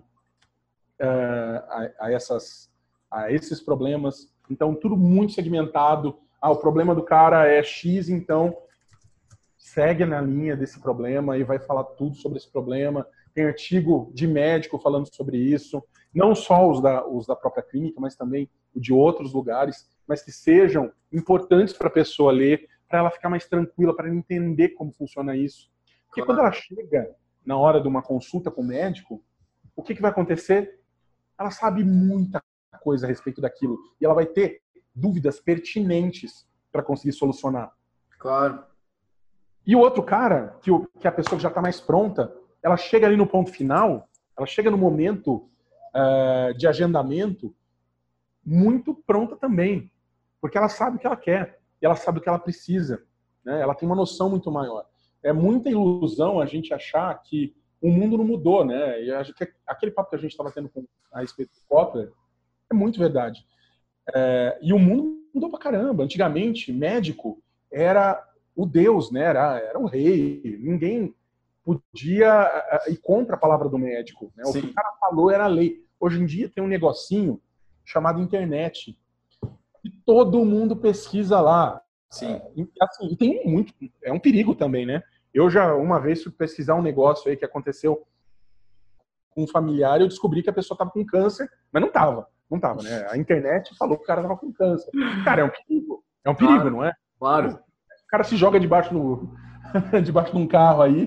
uh, a, a, essas, a esses problemas. Então, tudo muito segmentado. Ah, o problema do cara é X, então segue na linha desse problema e vai falar tudo sobre esse problema. Tem artigo de médico falando sobre isso, não só os da, os da própria clínica, mas também o de outros lugares, mas que sejam importantes para a pessoa ler, para ela ficar mais tranquila, para ela entender como funciona isso. Porque claro, quando ela chega na hora de uma consulta com o médico, o que, que vai acontecer? Ela sabe muita coisa a respeito daquilo e ela vai ter dúvidas pertinentes para conseguir solucionar. Claro. E o outro cara, que, o, que a pessoa que já está mais pronta, ela chega ali no ponto final, ela chega no momento uh, de agendamento muito pronta também, porque ela sabe o que ela quer, e ela sabe o que ela precisa, né? Ela tem uma noção muito maior. É muita ilusão a gente achar que o mundo não mudou, né? E acho que aquele papo que a gente estava tendo com, a respeito do Kotler é muito verdade. É, e o mundo mudou pra caramba. Antigamente, médico era o Deus, né? Era, era o rei. Ninguém podia ir contra a palavra do médico, né? O que o cara falou era lei. Hoje em dia tem um negocinho chamado internet. E todo mundo pesquisa lá. Sim. E, assim, e tem muito... É um perigo também, né? Eu já, uma vez, fui pesquisar um negócio aí que aconteceu com um familiar e eu descobri que a pessoa estava com câncer, mas não estava. Não estava, né? A internet falou que o cara estava com câncer. Cara, é um perigo. É um perigo, claro, não é? Claro. O cara se joga debaixo, no, debaixo de um carro aí.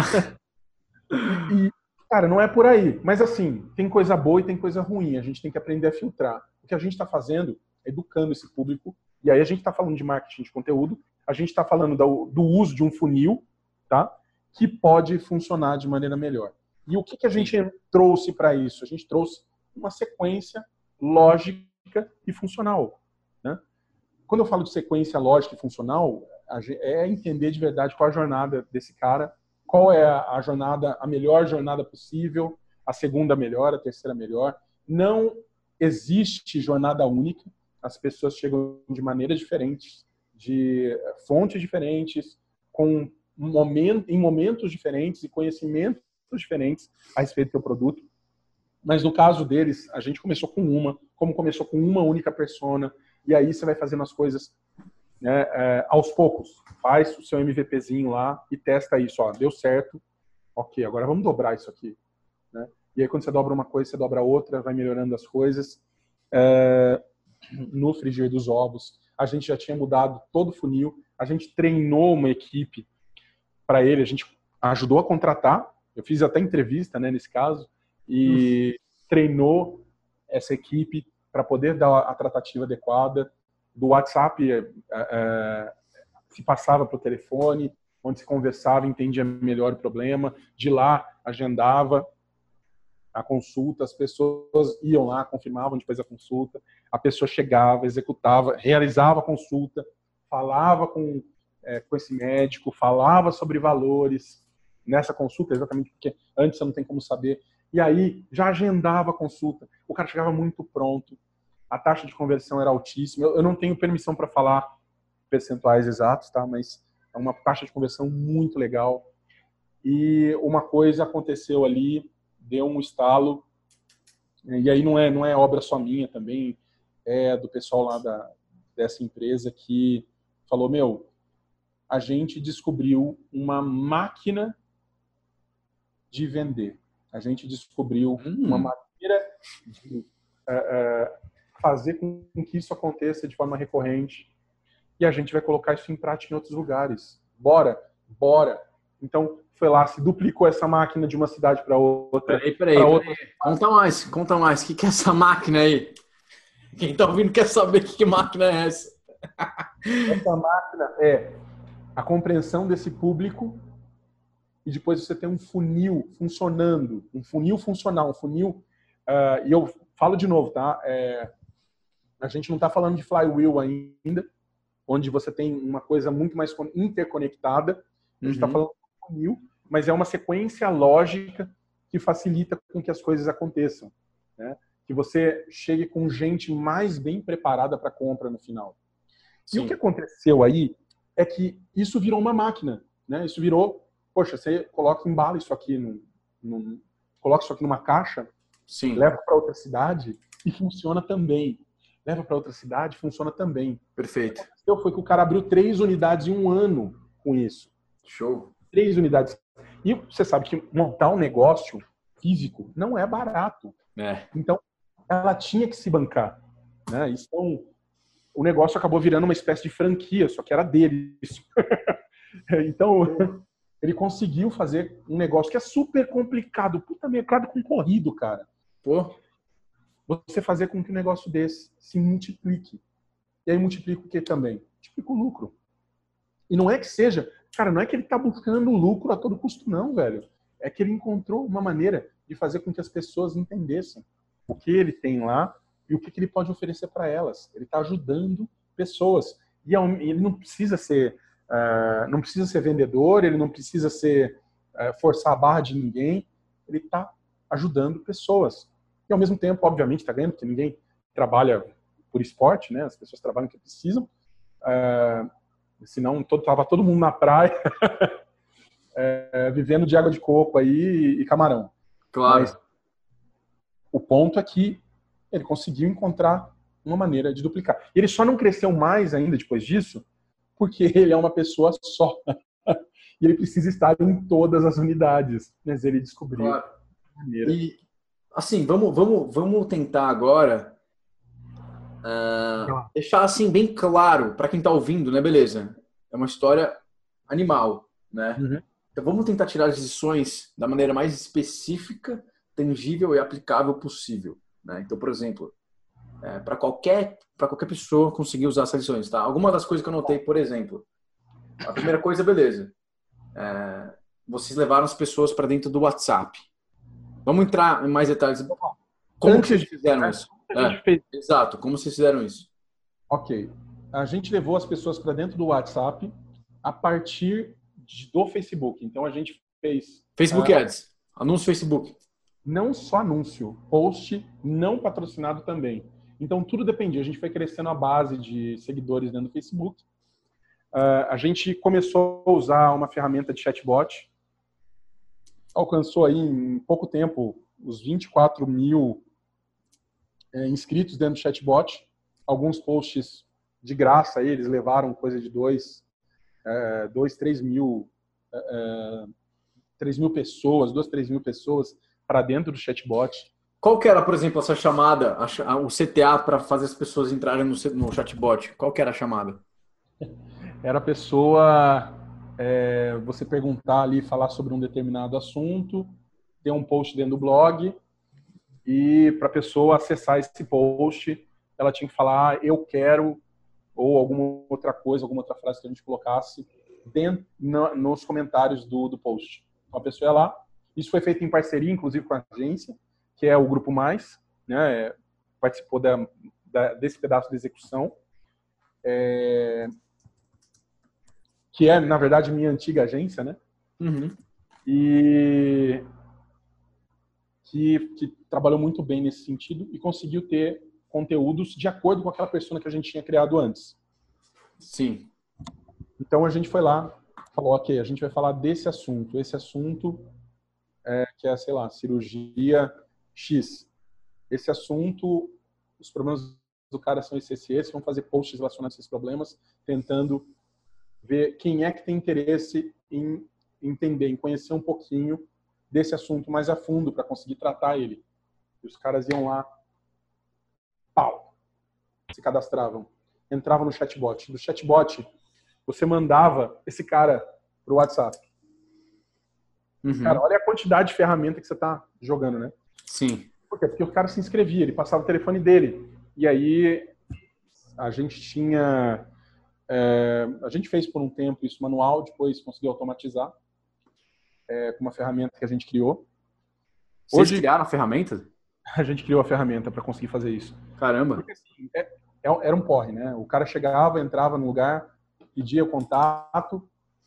E, cara, não é por aí. Mas, assim, tem coisa boa e tem coisa ruim. A gente tem que aprender a filtrar. O que a gente está fazendo é educando esse público. E aí a gente está falando de marketing de conteúdo. A gente está falando do, do uso de um funil, tá? Que pode funcionar de maneira melhor. E o que, que a gente trouxe para isso? A gente trouxe uma sequência lógica e funcional, né? Quando eu falo de sequência lógica e funcional, é entender de verdade qual a jornada desse cara, qual é a jornada, a melhor jornada possível, a segunda melhor, a terceira melhor. Não existe jornada única. As pessoas chegam de maneiras diferentes, de fontes diferentes, com momento, em momentos diferentes e conhecimentos diferentes a respeito do seu produto. Mas no caso deles, a gente começou com uma, como começou com uma única persona, e aí você vai fazendo as coisas, né, é, aos poucos. Faz o seu MVPzinho lá e testa isso. Ó, deu certo, ok, agora vamos dobrar isso aqui, né? E aí quando você dobra uma coisa, você dobra outra, vai melhorando as coisas. É, no frigir dos ovos, a gente já tinha mudado todo o funil, a gente treinou uma equipe para ele, a gente ajudou a contratar, eu fiz até entrevista, né, nesse caso, e hum. treinou essa equipe para poder dar a tratativa adequada. Do WhatsApp é, é, se passava para o telefone, onde se conversava, entendia melhor o problema. De lá, agendava a consulta, as pessoas iam lá, confirmavam depois a consulta, a pessoa chegava, executava, realizava a consulta, falava com, é, com esse médico, falava sobre valores nessa consulta, exatamente porque antes você não tem como saber. E aí, já agendava a consulta. O cara chegava muito pronto. A taxa de conversão era altíssima. Eu, eu não tenho permissão para falar percentuais exatos, tá? Mas é uma taxa de conversão muito legal. E uma coisa aconteceu ali, deu um estalo, e aí não é, não é obra só minha também, é do pessoal lá da, dessa empresa que falou, meu, a gente descobriu uma máquina de vender. A gente descobriu hum. uma maneira de uh, uh, fazer com que isso aconteça de forma recorrente, e a gente vai colocar isso em prática em outros lugares. Bora, bora. Então, foi lá, se duplicou essa máquina de uma cidade para outra. Peraí, peraí, peraí. Outra... Conta mais, conta mais. O que, que é essa máquina aí? Quem tá ouvindo quer saber que, que máquina é essa. Essa máquina é a compreensão desse público e depois você tem um funil funcionando, um funil funcional, um funil... Uh, e eu falo de novo, tá? É, a gente não está falando de flywheel ainda, onde você tem uma coisa muito mais interconectada. A gente está uhum. falando de funil, mas é uma sequência lógica que facilita com que as coisas aconteçam, né? Que você chegue com gente mais bem preparada para a compra no final. Sim. E o que aconteceu aí é que isso virou uma máquina, né? Isso virou, poxa, você coloca, embala isso aqui, no, no, coloca isso aqui numa caixa, Sim. leva para outra cidade e funciona também. Leva para outra cidade, funciona também. Perfeito. O que aconteceu foi que o cara abriu três unidades em um ano com isso. Show. Três unidades. E você sabe que montar um negócio físico não é barato. É. Então, ela tinha que se bancar, né? Então, o negócio acabou virando uma espécie de franquia, só que era dele isso. Então, ele conseguiu fazer um negócio que é super complicado. Puta mercado concorrido, cara. Pô. Você fazer com que um negócio desse se multiplique. E aí multiplica o que também? Multiplica o lucro. E não é que seja... Cara, não é que ele tá buscando lucro a todo custo, não, velho. É que ele encontrou uma maneira de fazer com que as pessoas entendessem o que ele tem lá e o que ele pode oferecer para elas. Ele está ajudando pessoas. E ele não precisa ser, uh, não precisa ser vendedor, ele não precisa ser uh, forçar a barra de ninguém. Ele está ajudando pessoas. E ao mesmo tempo, obviamente, está ganhando, porque ninguém trabalha por esporte, né? As pessoas trabalham o que precisam. Uh, senão estava todo mundo na praia é, vivendo de água de coco aí e camarão. Claro. Mas o ponto é que ele conseguiu encontrar uma maneira de duplicar. E ele só não cresceu mais ainda depois disso porque ele é uma pessoa só. E ele precisa estar em todas as unidades. Mas ele descobriu claro. a maneira. E, assim, vamos, vamos, vamos tentar agora Uh, deixar assim bem claro para quem está ouvindo, né? Beleza, é uma história animal, né? Uhum. Então vamos tentar tirar as lições da maneira mais específica, tangível e aplicável possível, né? Então, por exemplo, é, para qualquer para qualquer pessoa conseguir usar essas lições, tá? Alguma das coisas que eu notei, por exemplo, a primeira coisa, beleza, é, vocês levaram as pessoas para dentro do WhatsApp. Vamos entrar em mais detalhes. Como Antes vocês fizeram né? isso? É, fez... Exato, como vocês fizeram isso? Ok. A gente levou as pessoas para dentro do WhatsApp a partir de, do Facebook. Então a gente fez... Facebook uh, Ads, anúncio Facebook. Não só anúncio, post não patrocinado também. Então tudo dependia. A gente foi crescendo a base de seguidores dentro do Facebook. Uh, a gente começou a usar uma ferramenta de chatbot. Alcançou aí em pouco tempo os vinte e quatro mil É, inscritos dentro do chatbot, alguns posts de graça, aí, eles levaram coisa de dois, é, dois três mil, é, três mil pessoas, duas, três mil pessoas para dentro do chatbot. Qual que era, por exemplo, essa chamada, a, o C T A para fazer as pessoas entrarem no, no chatbot? Qual que era a chamada? Era a pessoa, é, você perguntar ali, falar sobre um determinado assunto, ter um post dentro do blog. E para a pessoa acessar esse post, ela tinha que falar, eu quero, ou alguma outra coisa, alguma outra frase que a gente colocasse dentro, no, nos comentários do, do post. Então a pessoa ia lá. Isso foi feito em parceria, inclusive, com a agência, que é o Grupo Mais, né? Participou da, da, desse pedaço de execução, é, que é, na verdade, minha antiga agência, né? Uhum. E que, que trabalhou muito bem nesse sentido e conseguiu ter conteúdos de acordo com aquela persona que a gente tinha criado antes. Sim. Então a gente foi lá, falou, ok, a gente vai falar desse assunto. Esse assunto é, que é, sei lá, cirurgia X. Esse assunto, os problemas do cara são esses e esses, vamos fazer posts relacionados a esses problemas, tentando ver quem é que tem interesse em entender, em conhecer um pouquinho desse assunto mais a fundo para conseguir tratar ele. E os caras iam lá, pau, se cadastravam, entravam no chatbot. Do chatbot, você mandava esse cara pro WhatsApp. Uhum. Cara, olha a quantidade de ferramenta que você tá jogando, né? Sim. Por quê? Porque o cara se inscrevia, ele passava o telefone dele. E aí a gente tinha... É, a gente fez por um tempo isso manual, depois conseguiu automatizar é, com uma ferramenta que a gente criou. Vocês Hoje, criaram a ferramenta? a gente criou a ferramenta para conseguir fazer isso. Caramba. Porque assim, é, é, era um porre, né? O cara chegava, entrava no lugar, pedia o contato,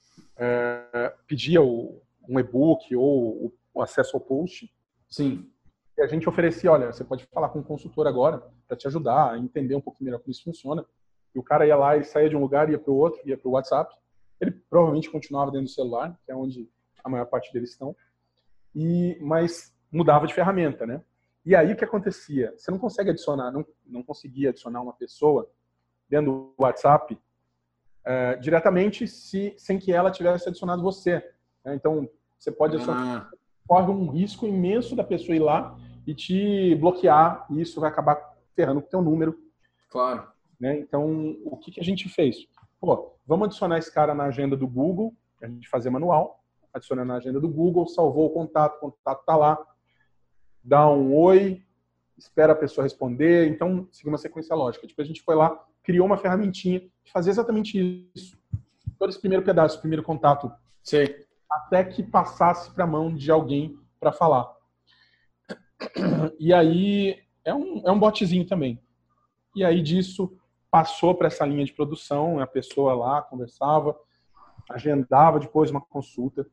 é, pedia o, um e-book ou o, o acesso ao post. Sim. E a gente oferecia, olha, você pode falar com um consultor agora para te ajudar a entender um pouquinho melhor como isso funciona. E o cara ia lá, ele saía de um lugar, ia para o outro, ia para o WhatsApp. Ele provavelmente continuava dentro do celular, que é onde a maior parte deles estão. E, mas mudava de ferramenta, né? E aí o que acontecia? Você não consegue adicionar, não, não conseguia adicionar uma pessoa dentro do WhatsApp é, diretamente se, sem que ela tivesse adicionado você. Né? Então, você pode adicionar, Ah. corre um risco imenso da pessoa ir lá e te bloquear, e isso vai acabar ferrando com o teu número. Claro. Né? Então, o que, que a gente fez? Pô, vamos adicionar esse cara na agenda do Google, a gente fazia manual, adiciona na agenda do Google, salvou o contato, o contato está lá, dá um oi, espera a pessoa responder, então seguiu uma sequência lógica. Depois a gente foi lá, criou uma ferramentinha que fazia exatamente isso. Todo esse primeiro pedaço, esse primeiro contato, sei, até que passasse para a mão de alguém para falar. E aí, é um, é um botzinho também. E aí disso passou para essa linha de produção, a pessoa lá conversava, agendava depois uma consulta.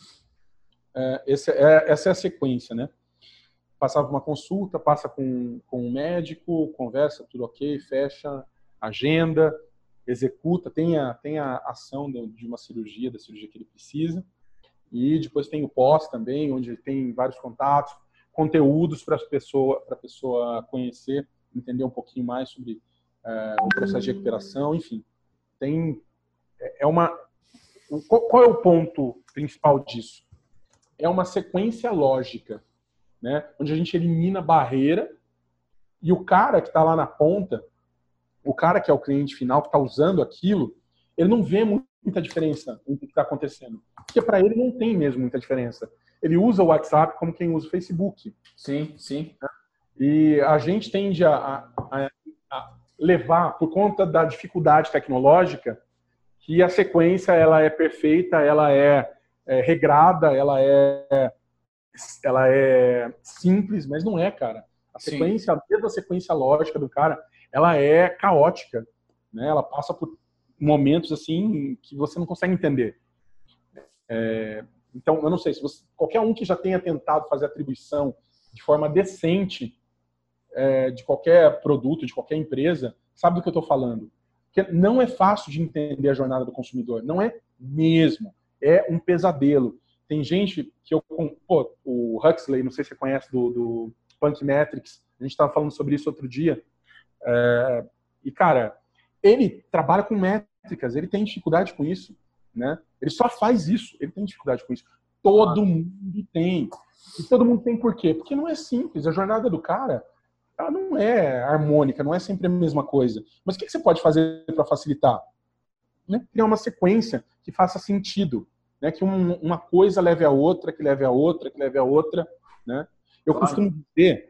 É, esse é, essa é a sequência, né? Passava uma consulta, passa com, com um médico, conversa, tudo ok, fecha, agenda, executa, tem a, tem a ação de uma cirurgia, da cirurgia que ele precisa. E depois tem o pós também, onde tem vários contatos, conteúdos para a pessoa, para a pessoa conhecer, entender um pouquinho mais sobre é, o processo de recuperação, enfim. Tem, é uma, qual, qual é o ponto principal disso? É uma sequência lógica, né? Onde a gente elimina a barreira e o cara que está lá na ponta, o cara que é o cliente final, que está usando aquilo, ele não vê muita diferença no que está acontecendo. Porque para ele não tem mesmo muita diferença. Ele usa o WhatsApp como quem usa o Facebook. sim, sim. E a gente tende a, a, a levar, por conta da dificuldade tecnológica, que a sequência ela é perfeita, ela é, é regrada, ela é, ela é simples, mas não é, cara. A sequência, a mesma sequência lógica do cara, ela é caótica, né? Ela passa por momentos assim que você não consegue entender. É, então, eu não sei, se você, qualquer um que já tenha tentado fazer atribuição de forma decente é, de qualquer produto, de qualquer empresa, sabe do que eu estou falando. Porque não é fácil de entender a jornada do consumidor, não é mesmo. É um pesadelo. Tem gente que eu... Pô, o Huxley, não sei se você conhece, do, do Punk Metrics, a gente estava falando sobre isso outro dia. É, e, cara, ele trabalha com métricas, ele tem dificuldade com isso, né? Ele só faz isso, ele tem dificuldade com isso. Todo mundo tem. E todo mundo tem por quê? Porque não é simples. A jornada do cara, ela não é harmônica, não é sempre a mesma coisa. Mas o que você pode fazer para facilitar? Né? Criar uma sequência que faça sentido. Né? Que um, uma coisa leve a outra, que leve a outra, que leve a outra. Né? Eu Claro. costumo dizer,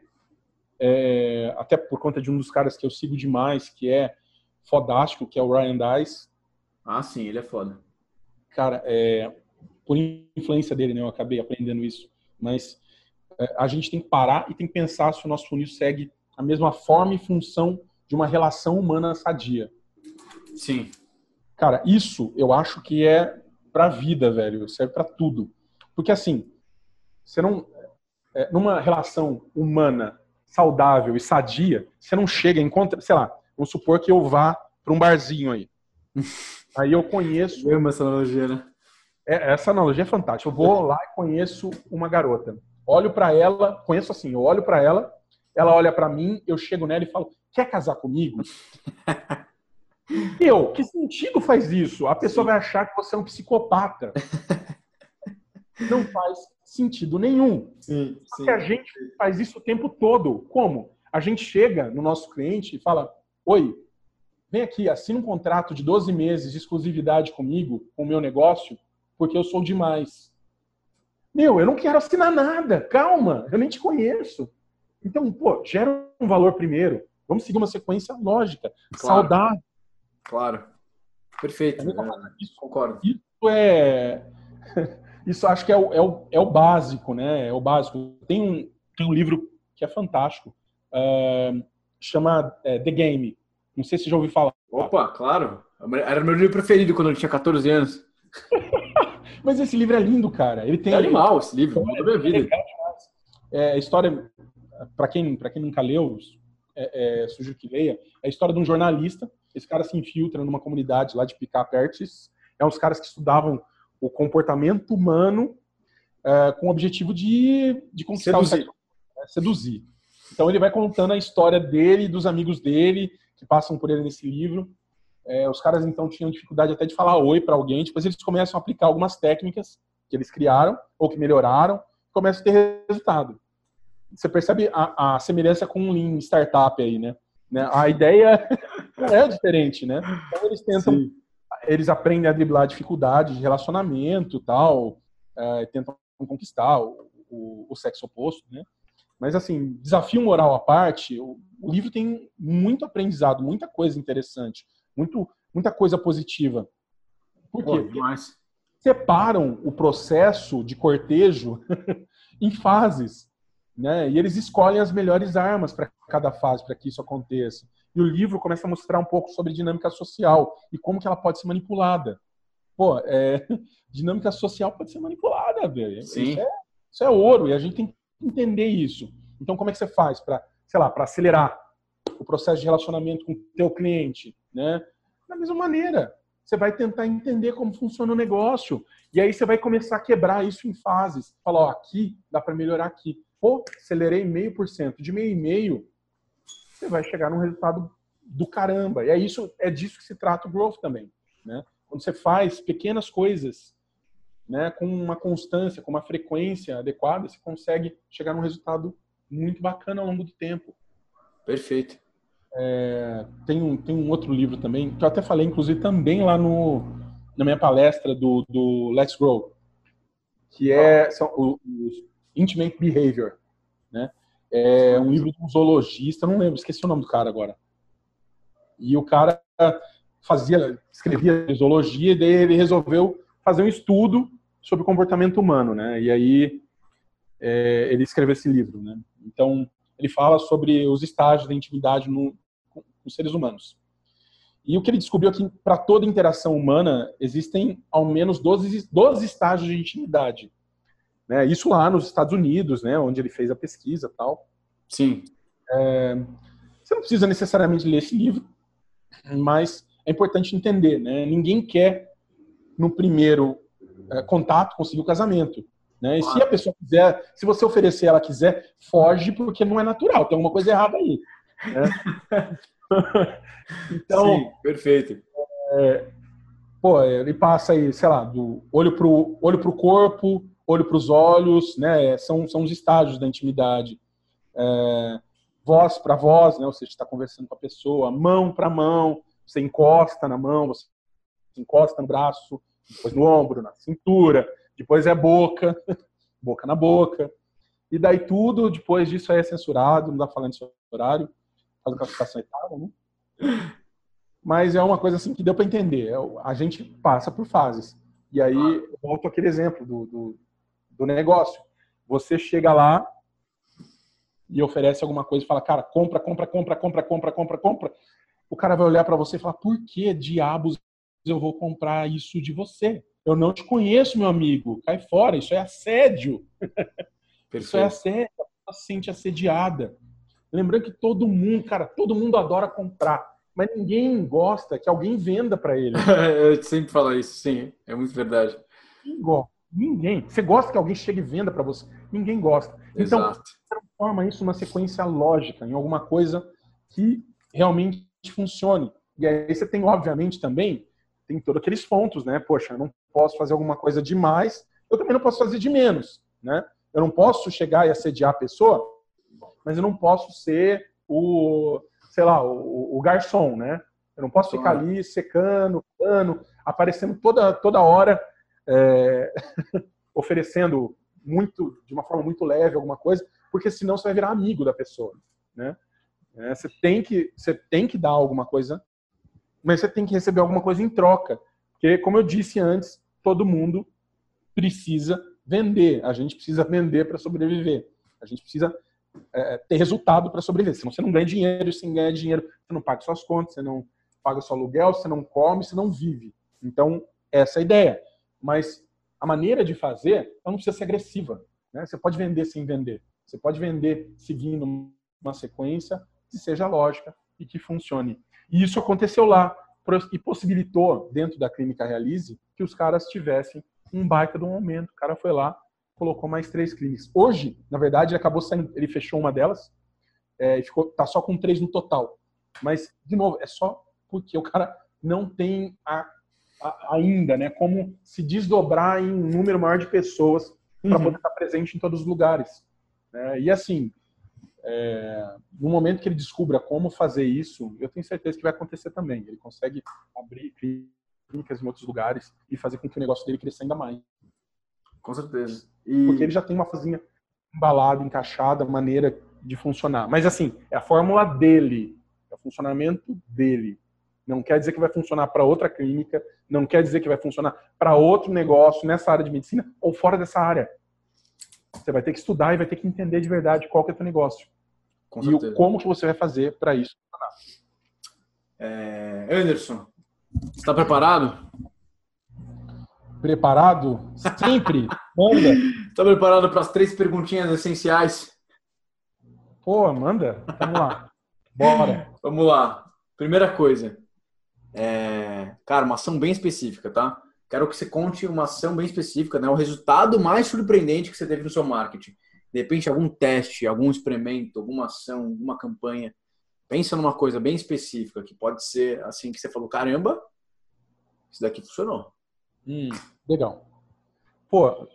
é, até por conta de um dos caras que eu sigo demais, que é fodástico, que é o Ryan Dice. Ah, sim, ele é foda. Cara, é, por influência dele, né, eu acabei aprendendo isso, mas é, a gente tem que parar e tem que pensar se o nosso funil segue a mesma forma e função de uma relação humana sadia. Sim. Cara, isso eu acho que é pra vida, velho, serve pra tudo. Porque assim, você não, é, numa relação humana saudável e sadia, você não chega, encontra, sei lá, vamos supor que eu vá pra um barzinho aí. Aí eu conheço... Eu amo essa analogia, né? É, essa analogia é fantástica. Eu vou lá e conheço uma garota. Olho pra ela, conheço assim, eu olho pra ela, ela olha pra mim, eu chego nela e falo, quer casar comigo? Eu, que sentido faz isso? A pessoa Sim. vai achar que você é um psicopata. Não faz sentido nenhum. Sim, Porque sim. a gente faz isso o tempo todo. Como? A gente chega no nosso cliente e fala, oi, vem aqui, assina um contrato de doze meses de exclusividade comigo, com o meu negócio, porque eu sou demais. Meu, eu não quero assinar nada. Calma, eu nem te conheço. Então, pô, gera um valor primeiro. Vamos seguir uma sequência lógica, Claro. saudável. Claro. Perfeito. É, isso, concordo. Isso é... Isso acho que é o, é, o, é o básico, né? É o básico. Tem um, tem um livro que é fantástico, uh, chama é, The Game. Não sei se você já ouviu falar. Opa, claro. Era meu livro preferido quando eu tinha catorze anos. Mas esse livro é lindo, cara. Ele tem... É animal esse livro, mudou minha vida. É a história, para quem, para quem nunca leu, é, é, sugiro que leia, é a história de um jornalista. Esse cara se infiltra numa comunidade lá de pick-up artists. É uns caras que estudavam o comportamento humano é, com o objetivo de, de conquistar seduzir. O sexo, é, seduzir. Então ele vai contando a história dele e dos amigos dele que passam por ele nesse livro. É, os caras então tinham dificuldade até de falar oi para alguém, depois eles começam a aplicar algumas técnicas que eles criaram ou que melhoraram, e começam a ter resultado. Você percebe a, a semelhança com um Lean Startup aí, né? né? A ideia é diferente, né? Então eles tentam, Sim. eles aprendem a driblar dificuldades de relacionamento, tal, é, tentam conquistar o, o, o sexo oposto, né? Mas assim, desafio moral à parte, o, o livro tem muito aprendizado, muita coisa interessante. Muito, muita coisa positiva. Por quê? Porque separam o processo de cortejo em fases, né? E eles escolhem as melhores armas para cada fase, para que isso aconteça. E o livro começa a mostrar um pouco sobre dinâmica social e como que ela pode ser manipulada. Pô, é, dinâmica social pode ser manipulada, velho. Isso é, isso é ouro e a gente tem que entender isso. Então, como é que você faz para, sei lá, para acelerar o processo de relacionamento com o teu cliente, né? Da mesma maneira, você vai tentar entender como funciona o negócio e aí você vai começar a quebrar isso em fases. Falar, ó, aqui dá para melhorar aqui. Pô, acelerei meio por cento, de meio e meio, você vai chegar num resultado do caramba. E é isso, é disso que se trata o growth também, né? Quando você faz pequenas coisas, né, com uma constância, com uma frequência adequada, você consegue chegar num resultado muito bacana ao longo do tempo. Perfeito. É, tem, um, tem um outro livro também, que eu até falei, inclusive, também lá no, na minha palestra do, do Let's Grow, que é são, o, o Intimate Behavior. Né? É um livro de um zoologista, não lembro, esqueci o nome do cara agora. E o cara fazia, escrevia zoologia, e daí ele resolveu fazer um estudo sobre o comportamento humano, né? E aí é, ele escreveu esse livro, né? Então, ele fala sobre os estágios da intimidade no, com os seres humanos. E o que ele descobriu é que para toda interação humana existem ao menos doze, doze estágios de intimidade. Né? Isso lá nos Estados Unidos, né? Onde ele fez a pesquisa e tal. Sim. É, você não precisa necessariamente ler esse livro, mas é importante entender, né? Ninguém quer, no primeiro é, contato, conseguir o casamento. Né? E se a pessoa quiser, se você oferecer ela quiser, foge porque não é natural, tem alguma coisa errada aí. Né? Então, Sim, perfeito. É, pô, ele passa aí, sei lá, do olho pro, olho pro corpo, olho pros olhos, né? São, são os estágios da intimidade. É, voz para voz, né? Ou seja, está conversando com a pessoa, mão para mão, você encosta na mão, você encosta no braço, depois no ombro, na cintura, depois é boca, boca na boca. E daí tudo, depois disso aí é censurado, não dá falando nesse horário, faz uma classificação etária, né? Mas é uma coisa assim que deu para entender. A gente passa por fases. E aí, eu volto àquele exemplo do, do, do negócio. Você chega lá e oferece alguma coisa e fala, cara, compra, compra, compra, compra, compra, compra, compra. O cara vai olhar para você e falar, por que diabos eu vou comprar isso de você? Eu não te conheço, meu amigo. Cai fora, isso é assédio. Perfeito. Isso é assédio, a pessoa se sente assediada. Lembrando que todo mundo, cara, todo mundo adora comprar, mas ninguém gosta que alguém venda para ele. Eu sempre falo isso, sim, é muito verdade. Ninguém gosta. Ninguém. Você gosta que alguém chegue e venda para você? Ninguém gosta. Então, Exato. transforma isso numa sequência lógica, em alguma coisa que realmente funcione. E aí você tem, obviamente, também, tem todos aqueles pontos, né? Poxa, eu não posso fazer alguma coisa demais, eu também não posso fazer de menos, né? Eu não posso chegar e assediar a pessoa, mas eu não posso ser o, sei lá, o, o garçom, né? Eu não posso ficar ali secando, dando, aparecendo toda, toda hora, é, oferecendo muito, de uma forma muito leve alguma coisa, porque senão você vai virar amigo da pessoa, né? É, você tem que, você tem que dar alguma coisa, mas você tem que receber alguma coisa em troca. Porque, como eu disse antes, todo mundo precisa vender. A gente precisa vender para sobreviver. A gente precisa é, ter resultado para sobreviver. Senão você não ganha dinheiro, e sem ganhar dinheiro, você não paga suas contas, você não paga seu aluguel, você não come, você não vive. Então, essa é a ideia. Mas a maneira de fazer, ela não precisa ser agressiva, né? Você pode vender sem vender. Você pode vender seguindo uma sequência que seja lógica e que funcione. E isso aconteceu lá e possibilitou, dentro da Clínica Realize, que os caras tivessem um baita de um aumento. O cara foi lá, colocou mais três clínicas. Hoje, na verdade, ele acabou saindo, ele fechou uma delas é, e ficou, tá só com três no total. Mas, de novo, é só porque o cara não tem a, a, ainda, né, como se desdobrar em um número maior de pessoas para uhum. poder estar presente em todos os lugares. É, e assim, É, no momento que ele descubra como fazer isso, eu tenho certeza que vai acontecer também. Ele consegue abrir clínicas em outros lugares e fazer com que o negócio dele cresça ainda mais. Com certeza. E... Porque ele já tem uma coisinha embalada, encaixada, maneira de funcionar. Mas assim, é a fórmula dele, é o funcionamento dele. Não quer dizer que vai funcionar para outra clínica, não quer dizer que vai funcionar para outro negócio nessa área de medicina ou fora dessa área. Você vai ter que estudar e vai ter que entender de verdade qual que é o teu negócio. Com e o, como que você vai fazer para isso funcionar. É, Anderson, você está preparado? Preparado? Sempre. Manda. Está preparado para as três perguntinhas essenciais? Pô, manda. Vamos lá. Bora. Vamos lá. Primeira coisa. É, cara, uma ação bem específica, tá? Quero que você conte uma ação bem específica, né? O resultado mais surpreendente que você teve no seu marketing. De repente, algum teste, algum experimento, alguma ação, alguma campanha. Pensa numa coisa bem específica, que pode ser assim que você falou, caramba, isso daqui funcionou. Hum, legal. Pô,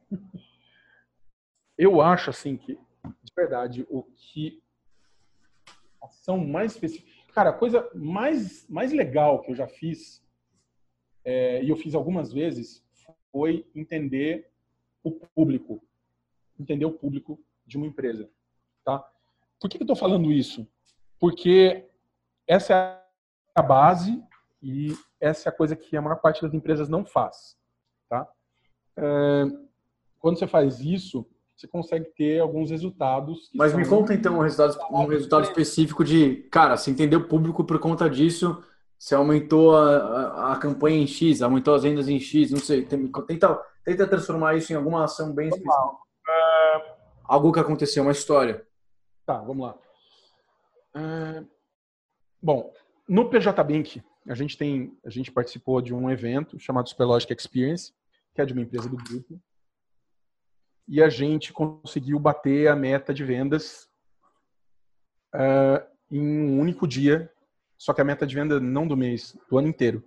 eu acho assim que, de verdade, o que a ação mais específica... Cara, a coisa mais, mais legal que eu já fiz, é, e eu fiz algumas vezes, foi entender o público. Entender o público de uma empresa, tá? Por que eu estou falando isso? Porque essa é a base e essa é a coisa que a maior parte das empresas não faz, tá? É, quando você faz isso, você consegue ter alguns resultados. Mas me conta então um resultado, um resultado específico de, cara, você entendeu o público por conta disso, você aumentou a, a, a campanha em X, aumentou as vendas em X, não sei, tenta, tenta transformar isso em alguma ação bem específica. Uh, Algo que aconteceu, uma história. Tá, vamos lá. Uh, bom, no P J Bank, a gente tem, a gente participou de um evento chamado Superlogic Experience, que é de uma empresa do grupo, e a gente conseguiu bater a meta de vendas uh, em um único dia, só que a meta de venda não do mês, do ano inteiro.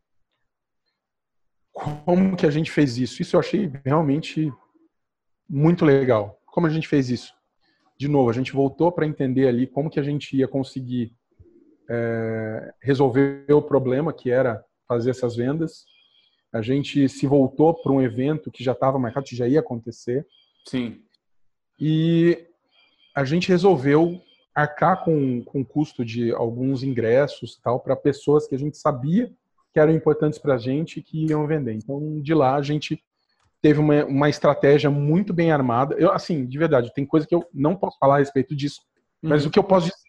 Como que a gente fez isso? Isso eu achei realmente muito legal. Como a gente fez isso? De novo, a gente voltou para entender ali como que a gente ia conseguir é, resolver o problema, que era fazer essas vendas. A gente se voltou para um evento que já estava marcado, que já ia acontecer. Sim. E a gente resolveu arcar com, com o custo de alguns ingressos tal para pessoas que a gente sabia que eram importantes para a gente e que iam vender. Então, de lá, a gente teve uma, uma estratégia muito bem armada. Eu, assim, de verdade, tem coisa que eu não posso falar a respeito disso, mas Uhum. o que eu posso dizer,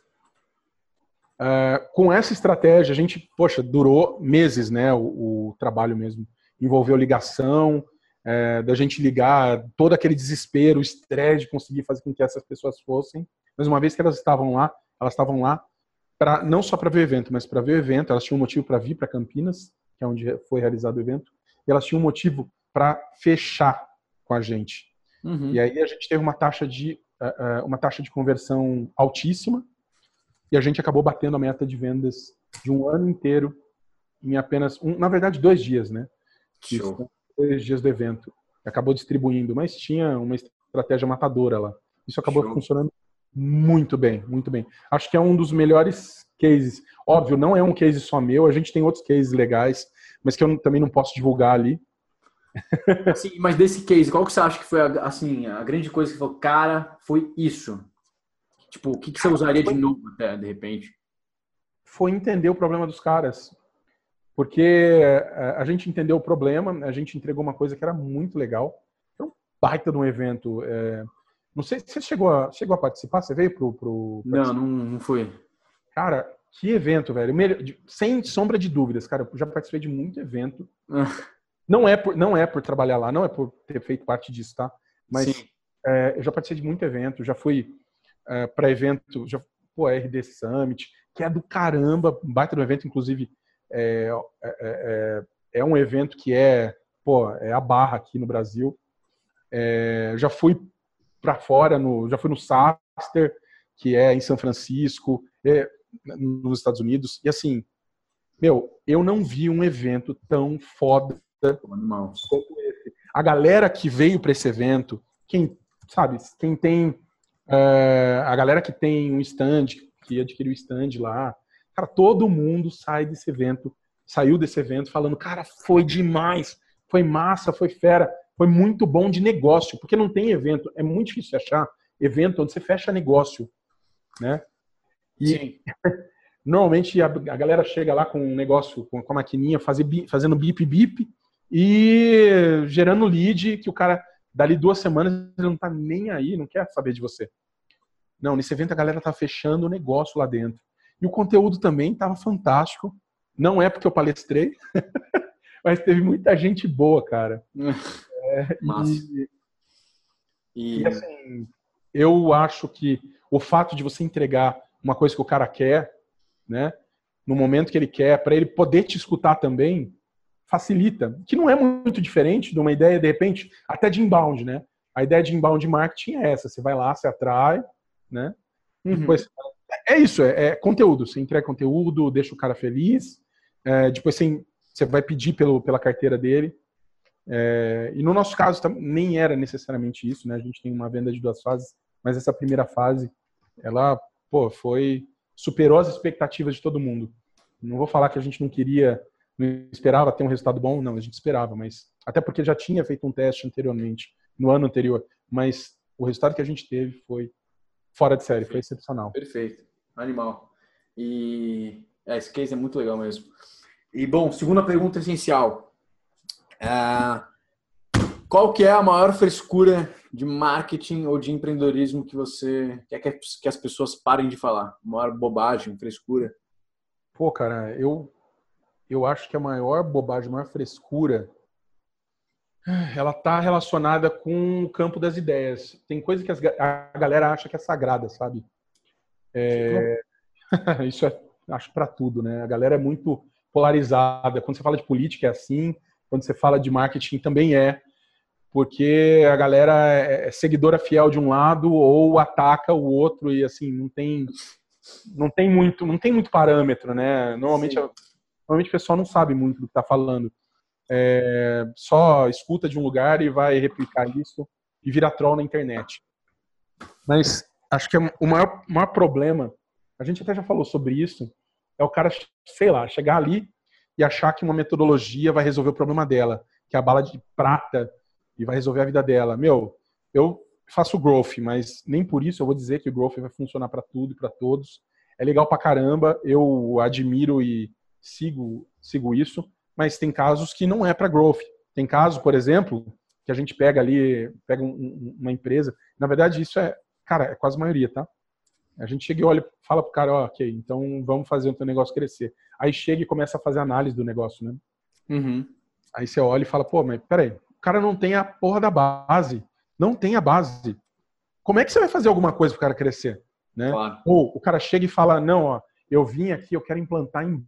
uh, com essa estratégia, a gente, poxa, durou meses, né, o, o trabalho mesmo. Envolveu ligação, uh, da gente ligar, todo aquele desespero, o estresse de conseguir fazer com que essas pessoas fossem. Mas uma vez que elas estavam lá, elas estavam lá pra, não só para ver o evento, mas para ver o evento. Elas tinham um motivo para vir para Campinas, que é onde foi realizado o evento, e elas tinham um motivo para fechar com a gente. Uhum. E aí a gente teve uma taxa de uh, uma taxa de conversão altíssima e a gente acabou batendo a meta de vendas de um ano inteiro em apenas um, na verdade dois dias, né? Show. Dois dias do evento. Acabou distribuindo, mas tinha uma estratégia matadora lá. Isso acabou Show. funcionando muito bem, muito bem. Acho que é um dos melhores cases. Óbvio, não é um case só meu, a gente tem outros cases legais, mas que eu também não posso divulgar ali. Sim, mas desse case, qual que você acha que foi a, assim, a grande coisa que você falou, cara, foi isso? Tipo, o que, que você usaria de novo até, de repente? Foi entender o problema dos caras. Porque a gente entendeu o problema, a gente entregou uma coisa que era muito legal. Foi um baita de um evento. É... Não sei se você chegou a, chegou a participar, você veio pro... pro não, não, não fui. Cara, que evento, velho. Sem sombra de dúvidas, cara. Eu já participei de muito evento. Não é por, não é por trabalhar lá, não é por ter feito parte disso, tá? Mas é, eu já participei de muito evento, já fui é, para evento, já, pô, R D Summit, que é do caramba, baita do evento, inclusive é, é, é, é um evento que é, pô, é a barra aqui no Brasil. É, já fui para fora, no, já fui no SASTER, que é em São Francisco, é, nos Estados Unidos, e assim, meu, eu não vi um evento tão foda Animal. A galera que veio para esse evento, quem sabe, quem tem uh, a galera que tem um stand, que adquiriu o stand lá, cara, todo mundo sai desse evento, saiu desse evento falando, cara, foi demais, foi massa, foi fera, foi muito bom de negócio, porque não tem evento, é muito difícil achar evento onde você fecha negócio, né? E Sim. Normalmente a, a galera chega lá com um negócio, com, com a maquininha, fazer, fazendo bip bip e gerando lead que o cara, dali duas semanas, ele não tá nem aí, não quer saber de você. Não, nesse evento a galera tá fechando o negócio lá dentro. E o conteúdo também tava fantástico. Não é porque eu palestrei, mas teve muita gente boa, cara. É, Massa. E, E... e assim, eu acho que o fato de você entregar uma coisa que o cara quer, né, no momento que ele quer, para ele poder te escutar também, facilita. Que não é muito diferente de uma ideia, de repente, até de inbound, né? A ideia de inbound marketing é essa. Você vai lá, você atrai, né? Uhum. Depois, é isso, é, é conteúdo. Você entrega conteúdo, deixa o cara feliz. É, depois você, você vai pedir pelo, pela carteira dele. É, e no nosso caso, nem era necessariamente isso, né? A gente tem uma venda de duas fases, mas essa primeira fase, ela, pô, foi... superou as expectativas de todo mundo. Não vou falar que a gente não queria, não esperava ter um resultado bom, não, a gente esperava, mas até porque já tinha feito um teste anteriormente, no ano anterior, mas o resultado que a gente teve foi fora de série, foi excepcional. Perfeito, animal. E é, esse case é muito legal mesmo. E bom, segunda pergunta essencial. É... Qual que é a maior frescura de marketing ou de empreendedorismo que você quer que as pessoas parem de falar? A maior bobagem, frescura? Pô, cara, eu, eu acho que a maior bobagem, a maior frescura, ela tá relacionada com o campo das ideias. Tem coisa que as, a galera acha que é sagrada, sabe? É, isso é, acho, para tudo, né? A galera é muito polarizada. Quando você fala de política é assim, quando você fala de marketing também é. Porque a galera é seguidora fiel de um lado ou ataca o outro e assim não tem não tem muito não tem muito parâmetro, né? Normalmente normalmente o pessoal não sabe muito do que está falando, é, só escuta de um lugar e vai replicar isso e vira troll na internet. Mas acho que o maior, maior problema, a gente até já falou sobre isso, é o cara, sei lá, chegar ali e achar que uma metodologia vai resolver o problema dela, que é a bala de prata e vai resolver a vida dela. Meu, eu faço growth, mas nem por isso eu vou dizer que o growth vai funcionar para tudo e para todos. É legal pra caramba, eu admiro e sigo sigo isso, mas tem casos que não é para growth. Tem casos, por exemplo, que a gente pega ali, pega um, um, uma empresa, na verdade isso é, cara, é quase a maioria, tá? A gente chega e olha, fala pro cara, ó, ok, então vamos fazer o teu negócio crescer. Aí chega e começa a fazer análise do negócio, né? Uhum. Aí você olha e fala, pô, mas peraí, o cara não tem a porra da base, não tem a base. Como é que você vai fazer alguma coisa pro cara crescer? Né? Claro. Ou o cara chega e fala, não, ó, eu vim aqui, eu quero implantar em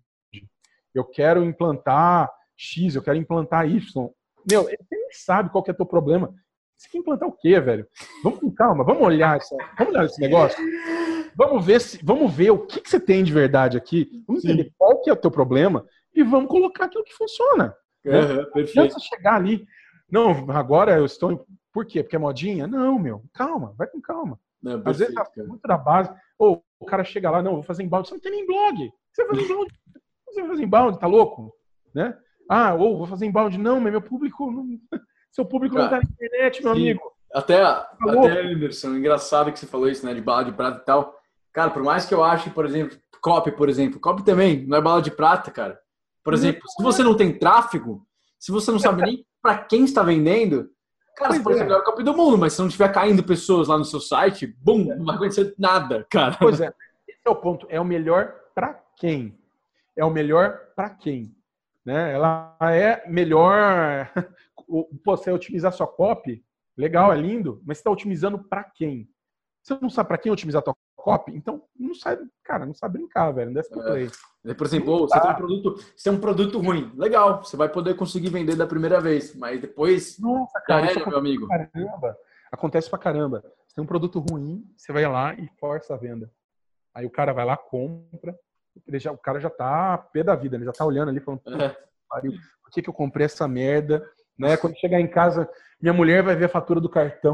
eu quero implantar X, eu quero implantar Y. Meu, ele nem sabe qual que é o teu problema. Você quer implantar o quê, velho? Vamos com calma, vamos olhar, essa, vamos olhar esse negócio. Vamos ver, se, vamos ver o que, que você tem de verdade aqui. Vamos entender Sim. qual que é o teu problema e vamos colocar aquilo que funciona. Uhum, né? Perfeito. Antes de chegar ali, não, agora eu estou... Por quê? Porque é modinha? Não, meu, calma, vai com calma. Não, Às vezes tá muito da base. Ou o cara chega lá, não, vou fazer inbound. Você não tem nem blog. Você vai fazer inbound. Você vai fazer inbound, tá louco? Né? Ah, ou vou fazer inbound. Não, mas meu público... Não... Seu público cara, não tá na internet, meu sim. amigo. Até, tá até Anderson, engraçado que você falou isso, né? De bala de prata e tal. Cara, por mais que eu ache, por exemplo, copy, por exemplo. Copy também não é bala de prata, cara. Por exemplo, se você não tem tráfego, se você não sabe nem para quem está vendendo, cara, você pode ser o melhor copy do mundo, mas se não estiver caindo pessoas lá no seu site, bum, não vai acontecer nada, cara. Pois é, esse é o ponto. É o melhor para quem? É o melhor para quem? Né? Ela é melhor... Pô, você otimizar sua copy, legal, é lindo, mas você está otimizando para quem? Você não sabe para quem otimizar a tua copy? Então, não sabe, cara, não sabe brincar, velho. Não desce pro play. É. Por exemplo, você tem um produto, você tem um produto ruim, legal, você vai poder conseguir vender da primeira vez, mas depois, nossa, cara, já era, meu amigo. Pra caramba. Acontece pra caramba. Você tem um produto ruim, você vai lá e força a venda. Aí o cara vai lá, compra, ele já, o cara já tá pé da vida, ele já tá olhando ali, falando, é. por que que eu comprei essa merda? Né? Quando chegar em casa, minha mulher vai ver a fatura do cartão,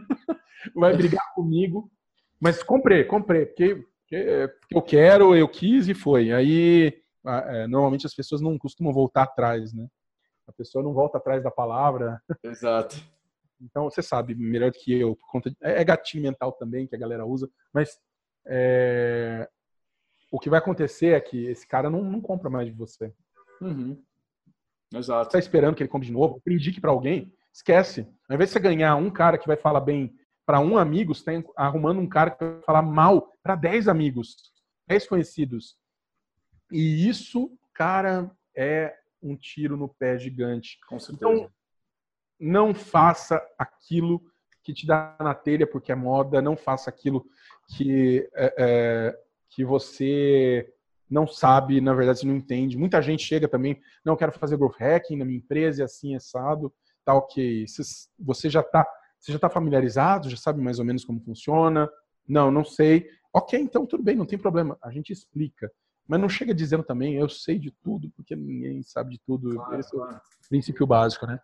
vai brigar comigo, mas comprei, comprei, porque, porque eu quero, eu quis e foi. Aí, é, normalmente as pessoas não costumam voltar atrás, né? A pessoa não volta atrás da palavra. Exato. Então, você sabe melhor do que eu, por conta de, é gatilho mental também que a galera usa, mas é, o que vai acontecer é que esse cara não, não compra mais de você. Uhum. Exato. Você tá esperando que ele compre de novo, indique para alguém, esquece. Ao invés de você ganhar um cara que vai falar bem para um amigo, você está arrumando um cara que vai falar mal para dez amigos, dez conhecidos. E isso, cara, é um tiro no pé gigante. Com certeza. Então, não faça aquilo que te dá na telha porque é moda, não faça aquilo que, é, é, que você... não sabe, na verdade, você não entende. Muita gente chega também, não, quero fazer growth hacking na minha empresa, é assim, assado, tá ok. Você já tá, você já tá familiarizado, já sabe mais ou menos como funciona? Não, não sei. Ok, então tudo bem, não tem problema. A gente explica. Mas não chega dizendo também, eu sei de tudo, porque ninguém sabe de tudo. Claro, Esse claro. é o princípio básico, né?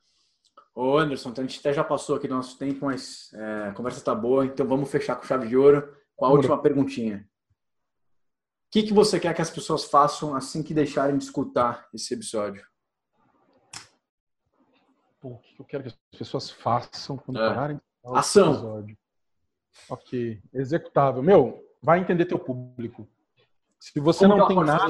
Ô Anderson, então a gente até já passou aqui do nosso tempo, mas é, a conversa tá boa, então vamos fechar com chave de ouro com a Vamos. última perguntinha. O que, que você quer que as pessoas façam assim que deixarem de escutar esse episódio? Pô, o que eu quero que as pessoas façam quando é. pararem de escutar Ação. esse episódio? Ok. Executável. Meu, vai entender teu público. Se você Como não tem nada...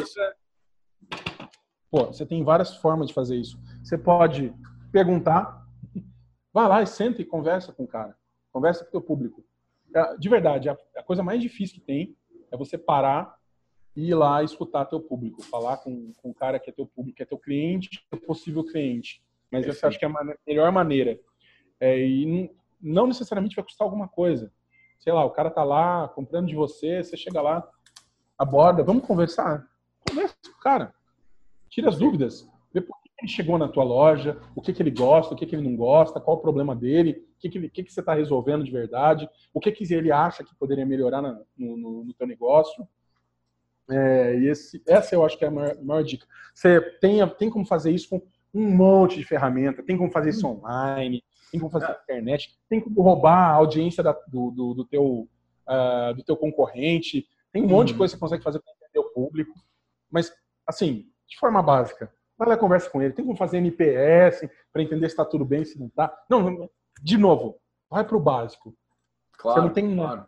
Pô, você tem várias formas de fazer isso. Você pode perguntar, vai lá e senta e conversa com o cara. Conversa com o teu público. De verdade, a coisa mais difícil que tem é você parar e ir lá escutar teu público, falar com, com o cara que é teu público, que é teu cliente, teu possível cliente. Mas essa acho que é a melhor maneira. É, e não necessariamente vai custar alguma coisa. Sei lá, o cara tá lá comprando de você, você chega lá, aborda, vamos conversar. Conversa com o cara. Tira as dúvidas. Vê por que ele chegou na tua loja, o que, que ele gosta, o que, que ele não gosta, qual o problema dele, o que, que, ele, o que, que você está resolvendo de verdade, o que, que ele acha que poderia melhorar na, no, no, no teu negócio. É, e esse, essa eu acho que é a maior, maior dica. Você tem, tem como fazer isso com um monte de ferramenta, tem como fazer isso online, tem como fazer na internet, tem como roubar a audiência da, do, do, do, teu, uh, do teu concorrente, tem um monte de coisa que você consegue fazer para entender o público, mas, assim, de forma básica, vai lá e conversa com ele, tem como fazer N P S para entender se está tudo bem, se não está. Não, de novo, vai para o básico. Claro, você não tem claro.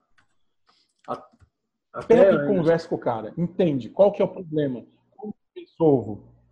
Até que converse com o cara, entende qual que é o problema, como eu resolvo.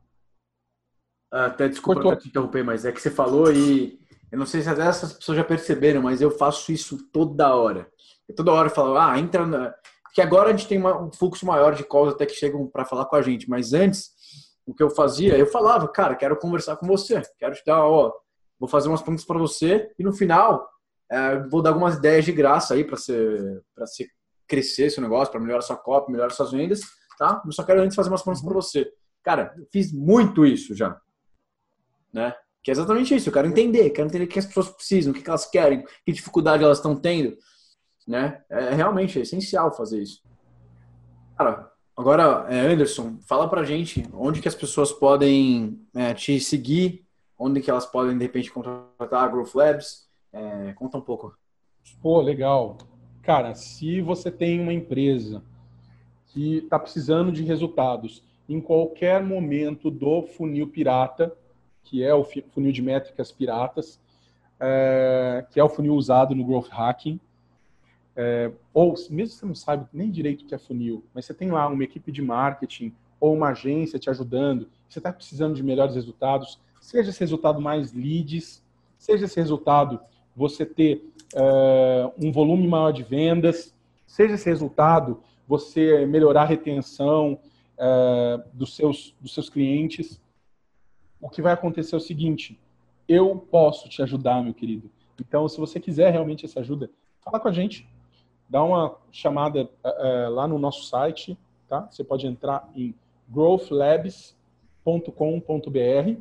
Até desculpa até te interromper, mas é que você falou e eu não sei se até essas pessoas já perceberam, mas eu faço isso toda hora. Eu toda hora eu falo, ah, entra na... Porque agora a gente tem uma, um fluxo maior de calls até que chegam para falar com a gente, mas antes, o que eu fazia, eu falava, cara, quero conversar com você, quero te dar, ó, vou fazer umas perguntas para você e no final é, vou dar algumas ideias de graça aí para você, para você crescer seu negócio, para melhorar sua copy, melhorar suas vendas, tá? Eu só quero antes fazer umas perguntas para você. Cara, eu fiz muito isso já. Né? Que é exatamente isso, eu quero entender, quero entender o que as pessoas precisam, o que elas querem, que dificuldade elas estão tendo, né? É realmente é essencial fazer isso. Cara, agora, Anderson, fala pra gente onde que as pessoas podem é, te seguir, onde que elas podem, de repente, contratar a Growth Labs, é, conta um pouco. Pô, legal. Cara, se você tem uma empresa que está precisando de resultados em qualquer momento do funil pirata, que é o funil de métricas piratas, é, que é o funil usado no Growth Hacking. É, ou, mesmo que você não saiba nem direito o que é funil, mas você tem lá uma equipe de marketing ou uma agência te ajudando, você está precisando de melhores resultados, seja esse resultado mais leads, seja esse resultado você ter é, um volume maior de vendas, seja esse resultado você melhorar a retenção é, dos, seus, dos seus clientes, o que vai acontecer é o seguinte, eu posso te ajudar, meu querido. Então, se você quiser realmente essa ajuda, fala com a gente. Dá uma chamada uh, lá no nosso site, tá? Você pode entrar em growth labs ponto com ponto b r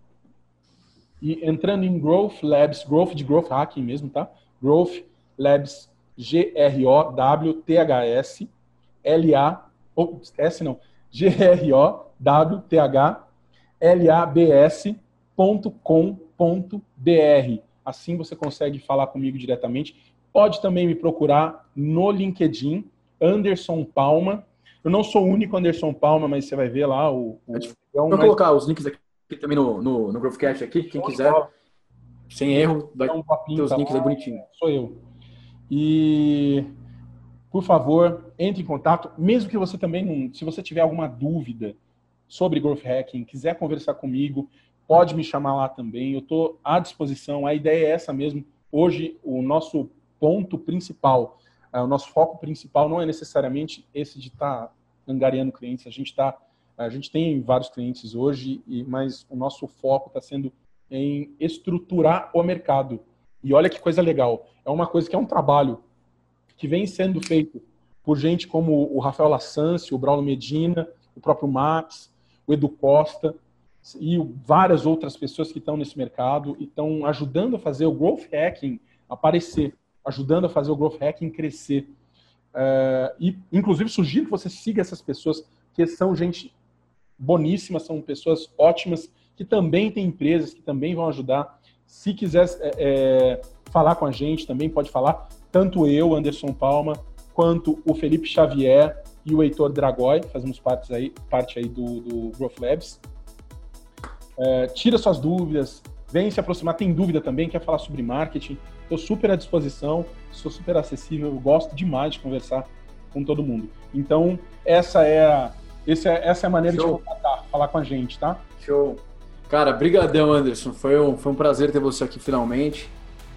e entrando em Growth Labs, Growth de Growth Hacking mesmo, tá? Growth Labs, G R O W T H S L A, ou S não, G R O W T H L A B S ponto com ponto b r. Assim você consegue falar comigo diretamente. Pode também me procurar no LinkedIn, Anderson Palma. Eu não sou o único Anderson Palma, mas você vai ver lá o... o Vou mas... colocar os links aqui também no, no, no GrowthCast aqui, quem então, quiser, ó, sem erro, vai um ter os links aí bonitinho. Sou eu. E, por favor, entre em contato, mesmo que você também, não, se você tiver alguma dúvida sobre Growth Hacking, quiser conversar comigo, pode me chamar lá também, eu estou à disposição, a ideia é essa mesmo. Hoje, o nosso ponto principal, uh, o nosso foco principal não é necessariamente esse de estar tá angariando clientes, a gente, tá, a gente tem vários clientes hoje, e, mas o nosso foco está sendo em estruturar o mercado. E olha que coisa legal, é uma coisa que é um trabalho que vem sendo feito por gente como o Rafael Lassance, o Brauno Medina, o próprio Max, o Edu Costa e várias outras pessoas que estão nesse mercado e estão ajudando a fazer o Growth Hacking aparecer, ajudando a fazer o Growth Hacking crescer. Uh, e, inclusive, sugiro que você siga essas pessoas, que são gente boníssima, são pessoas ótimas, que também têm empresas, que também vão ajudar. Se quiser é, é, falar com a gente, também pode falar. Tanto eu, Anderson Palma, quanto o Felipe Xavier e o Heitor Dragói, fazemos parte aí, parte aí do, do Growth Labs. É, tira suas dúvidas, vem se aproximar, tem dúvida também, quer falar sobre marketing, estou super à disposição, sou super acessível, eu gosto demais de conversar com todo mundo. Então, essa é a, essa é, essa é a maneira Show. de contatar, falar com a gente, tá? Show! Cara, brigadão, Anderson, foi um, foi um prazer ter você aqui finalmente.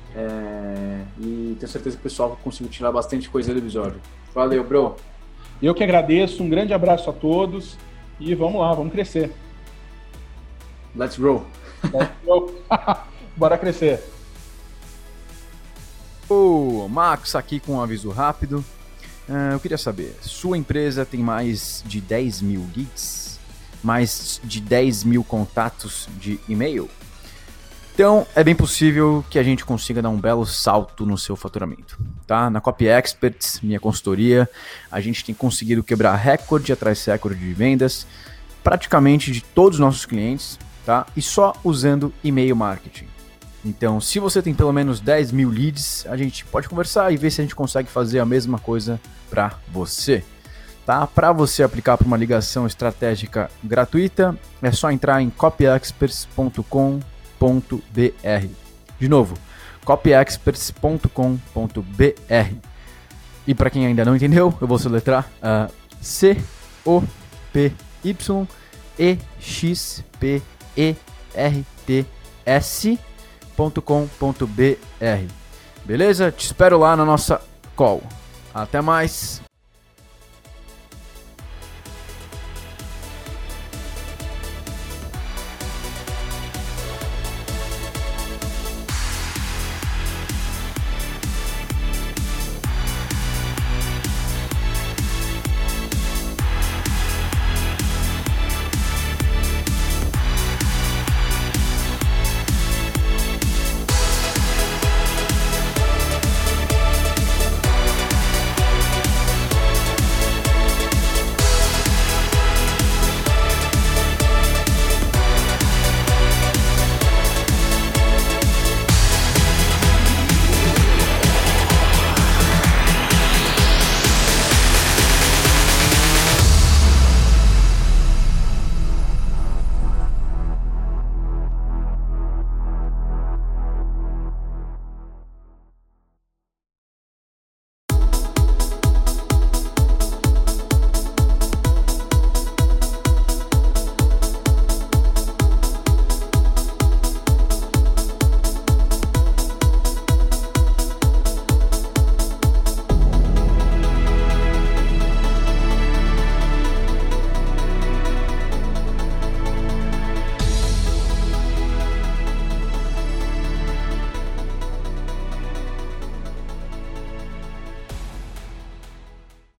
É, e tenho certeza que o pessoal conseguiu tirar bastante coisa do episódio. Valeu, bro. Eu que agradeço, um grande abraço a todos e vamos lá, vamos crescer. Let's grow. Let's grow. Bora crescer. O Max aqui com um aviso rápido. Uh, eu queria saber, sua empresa tem mais de dez mil leads? Mais de dez mil contatos de e-mail? Então, é bem possível que a gente consiga dar um belo salto no seu faturamento, tá? Na Copy Experts, minha consultoria, a gente tem conseguido quebrar recorde atrás de recorde de vendas, praticamente de todos os nossos clientes, tá? E só usando e-mail marketing. Então, se você tem pelo menos dez mil leads, a gente pode conversar e ver se a gente consegue fazer a mesma coisa para você, tá? Para você aplicar para uma ligação estratégica gratuita, é só entrar em copy experts ponto com ponto b r. De novo, copy experts ponto com ponto b r. E para quem ainda não entendeu, eu vou soletrar uh, C O P Y E X P E r t s ponto com ponto b r. Beleza? Te espero lá na nossa call. Até mais!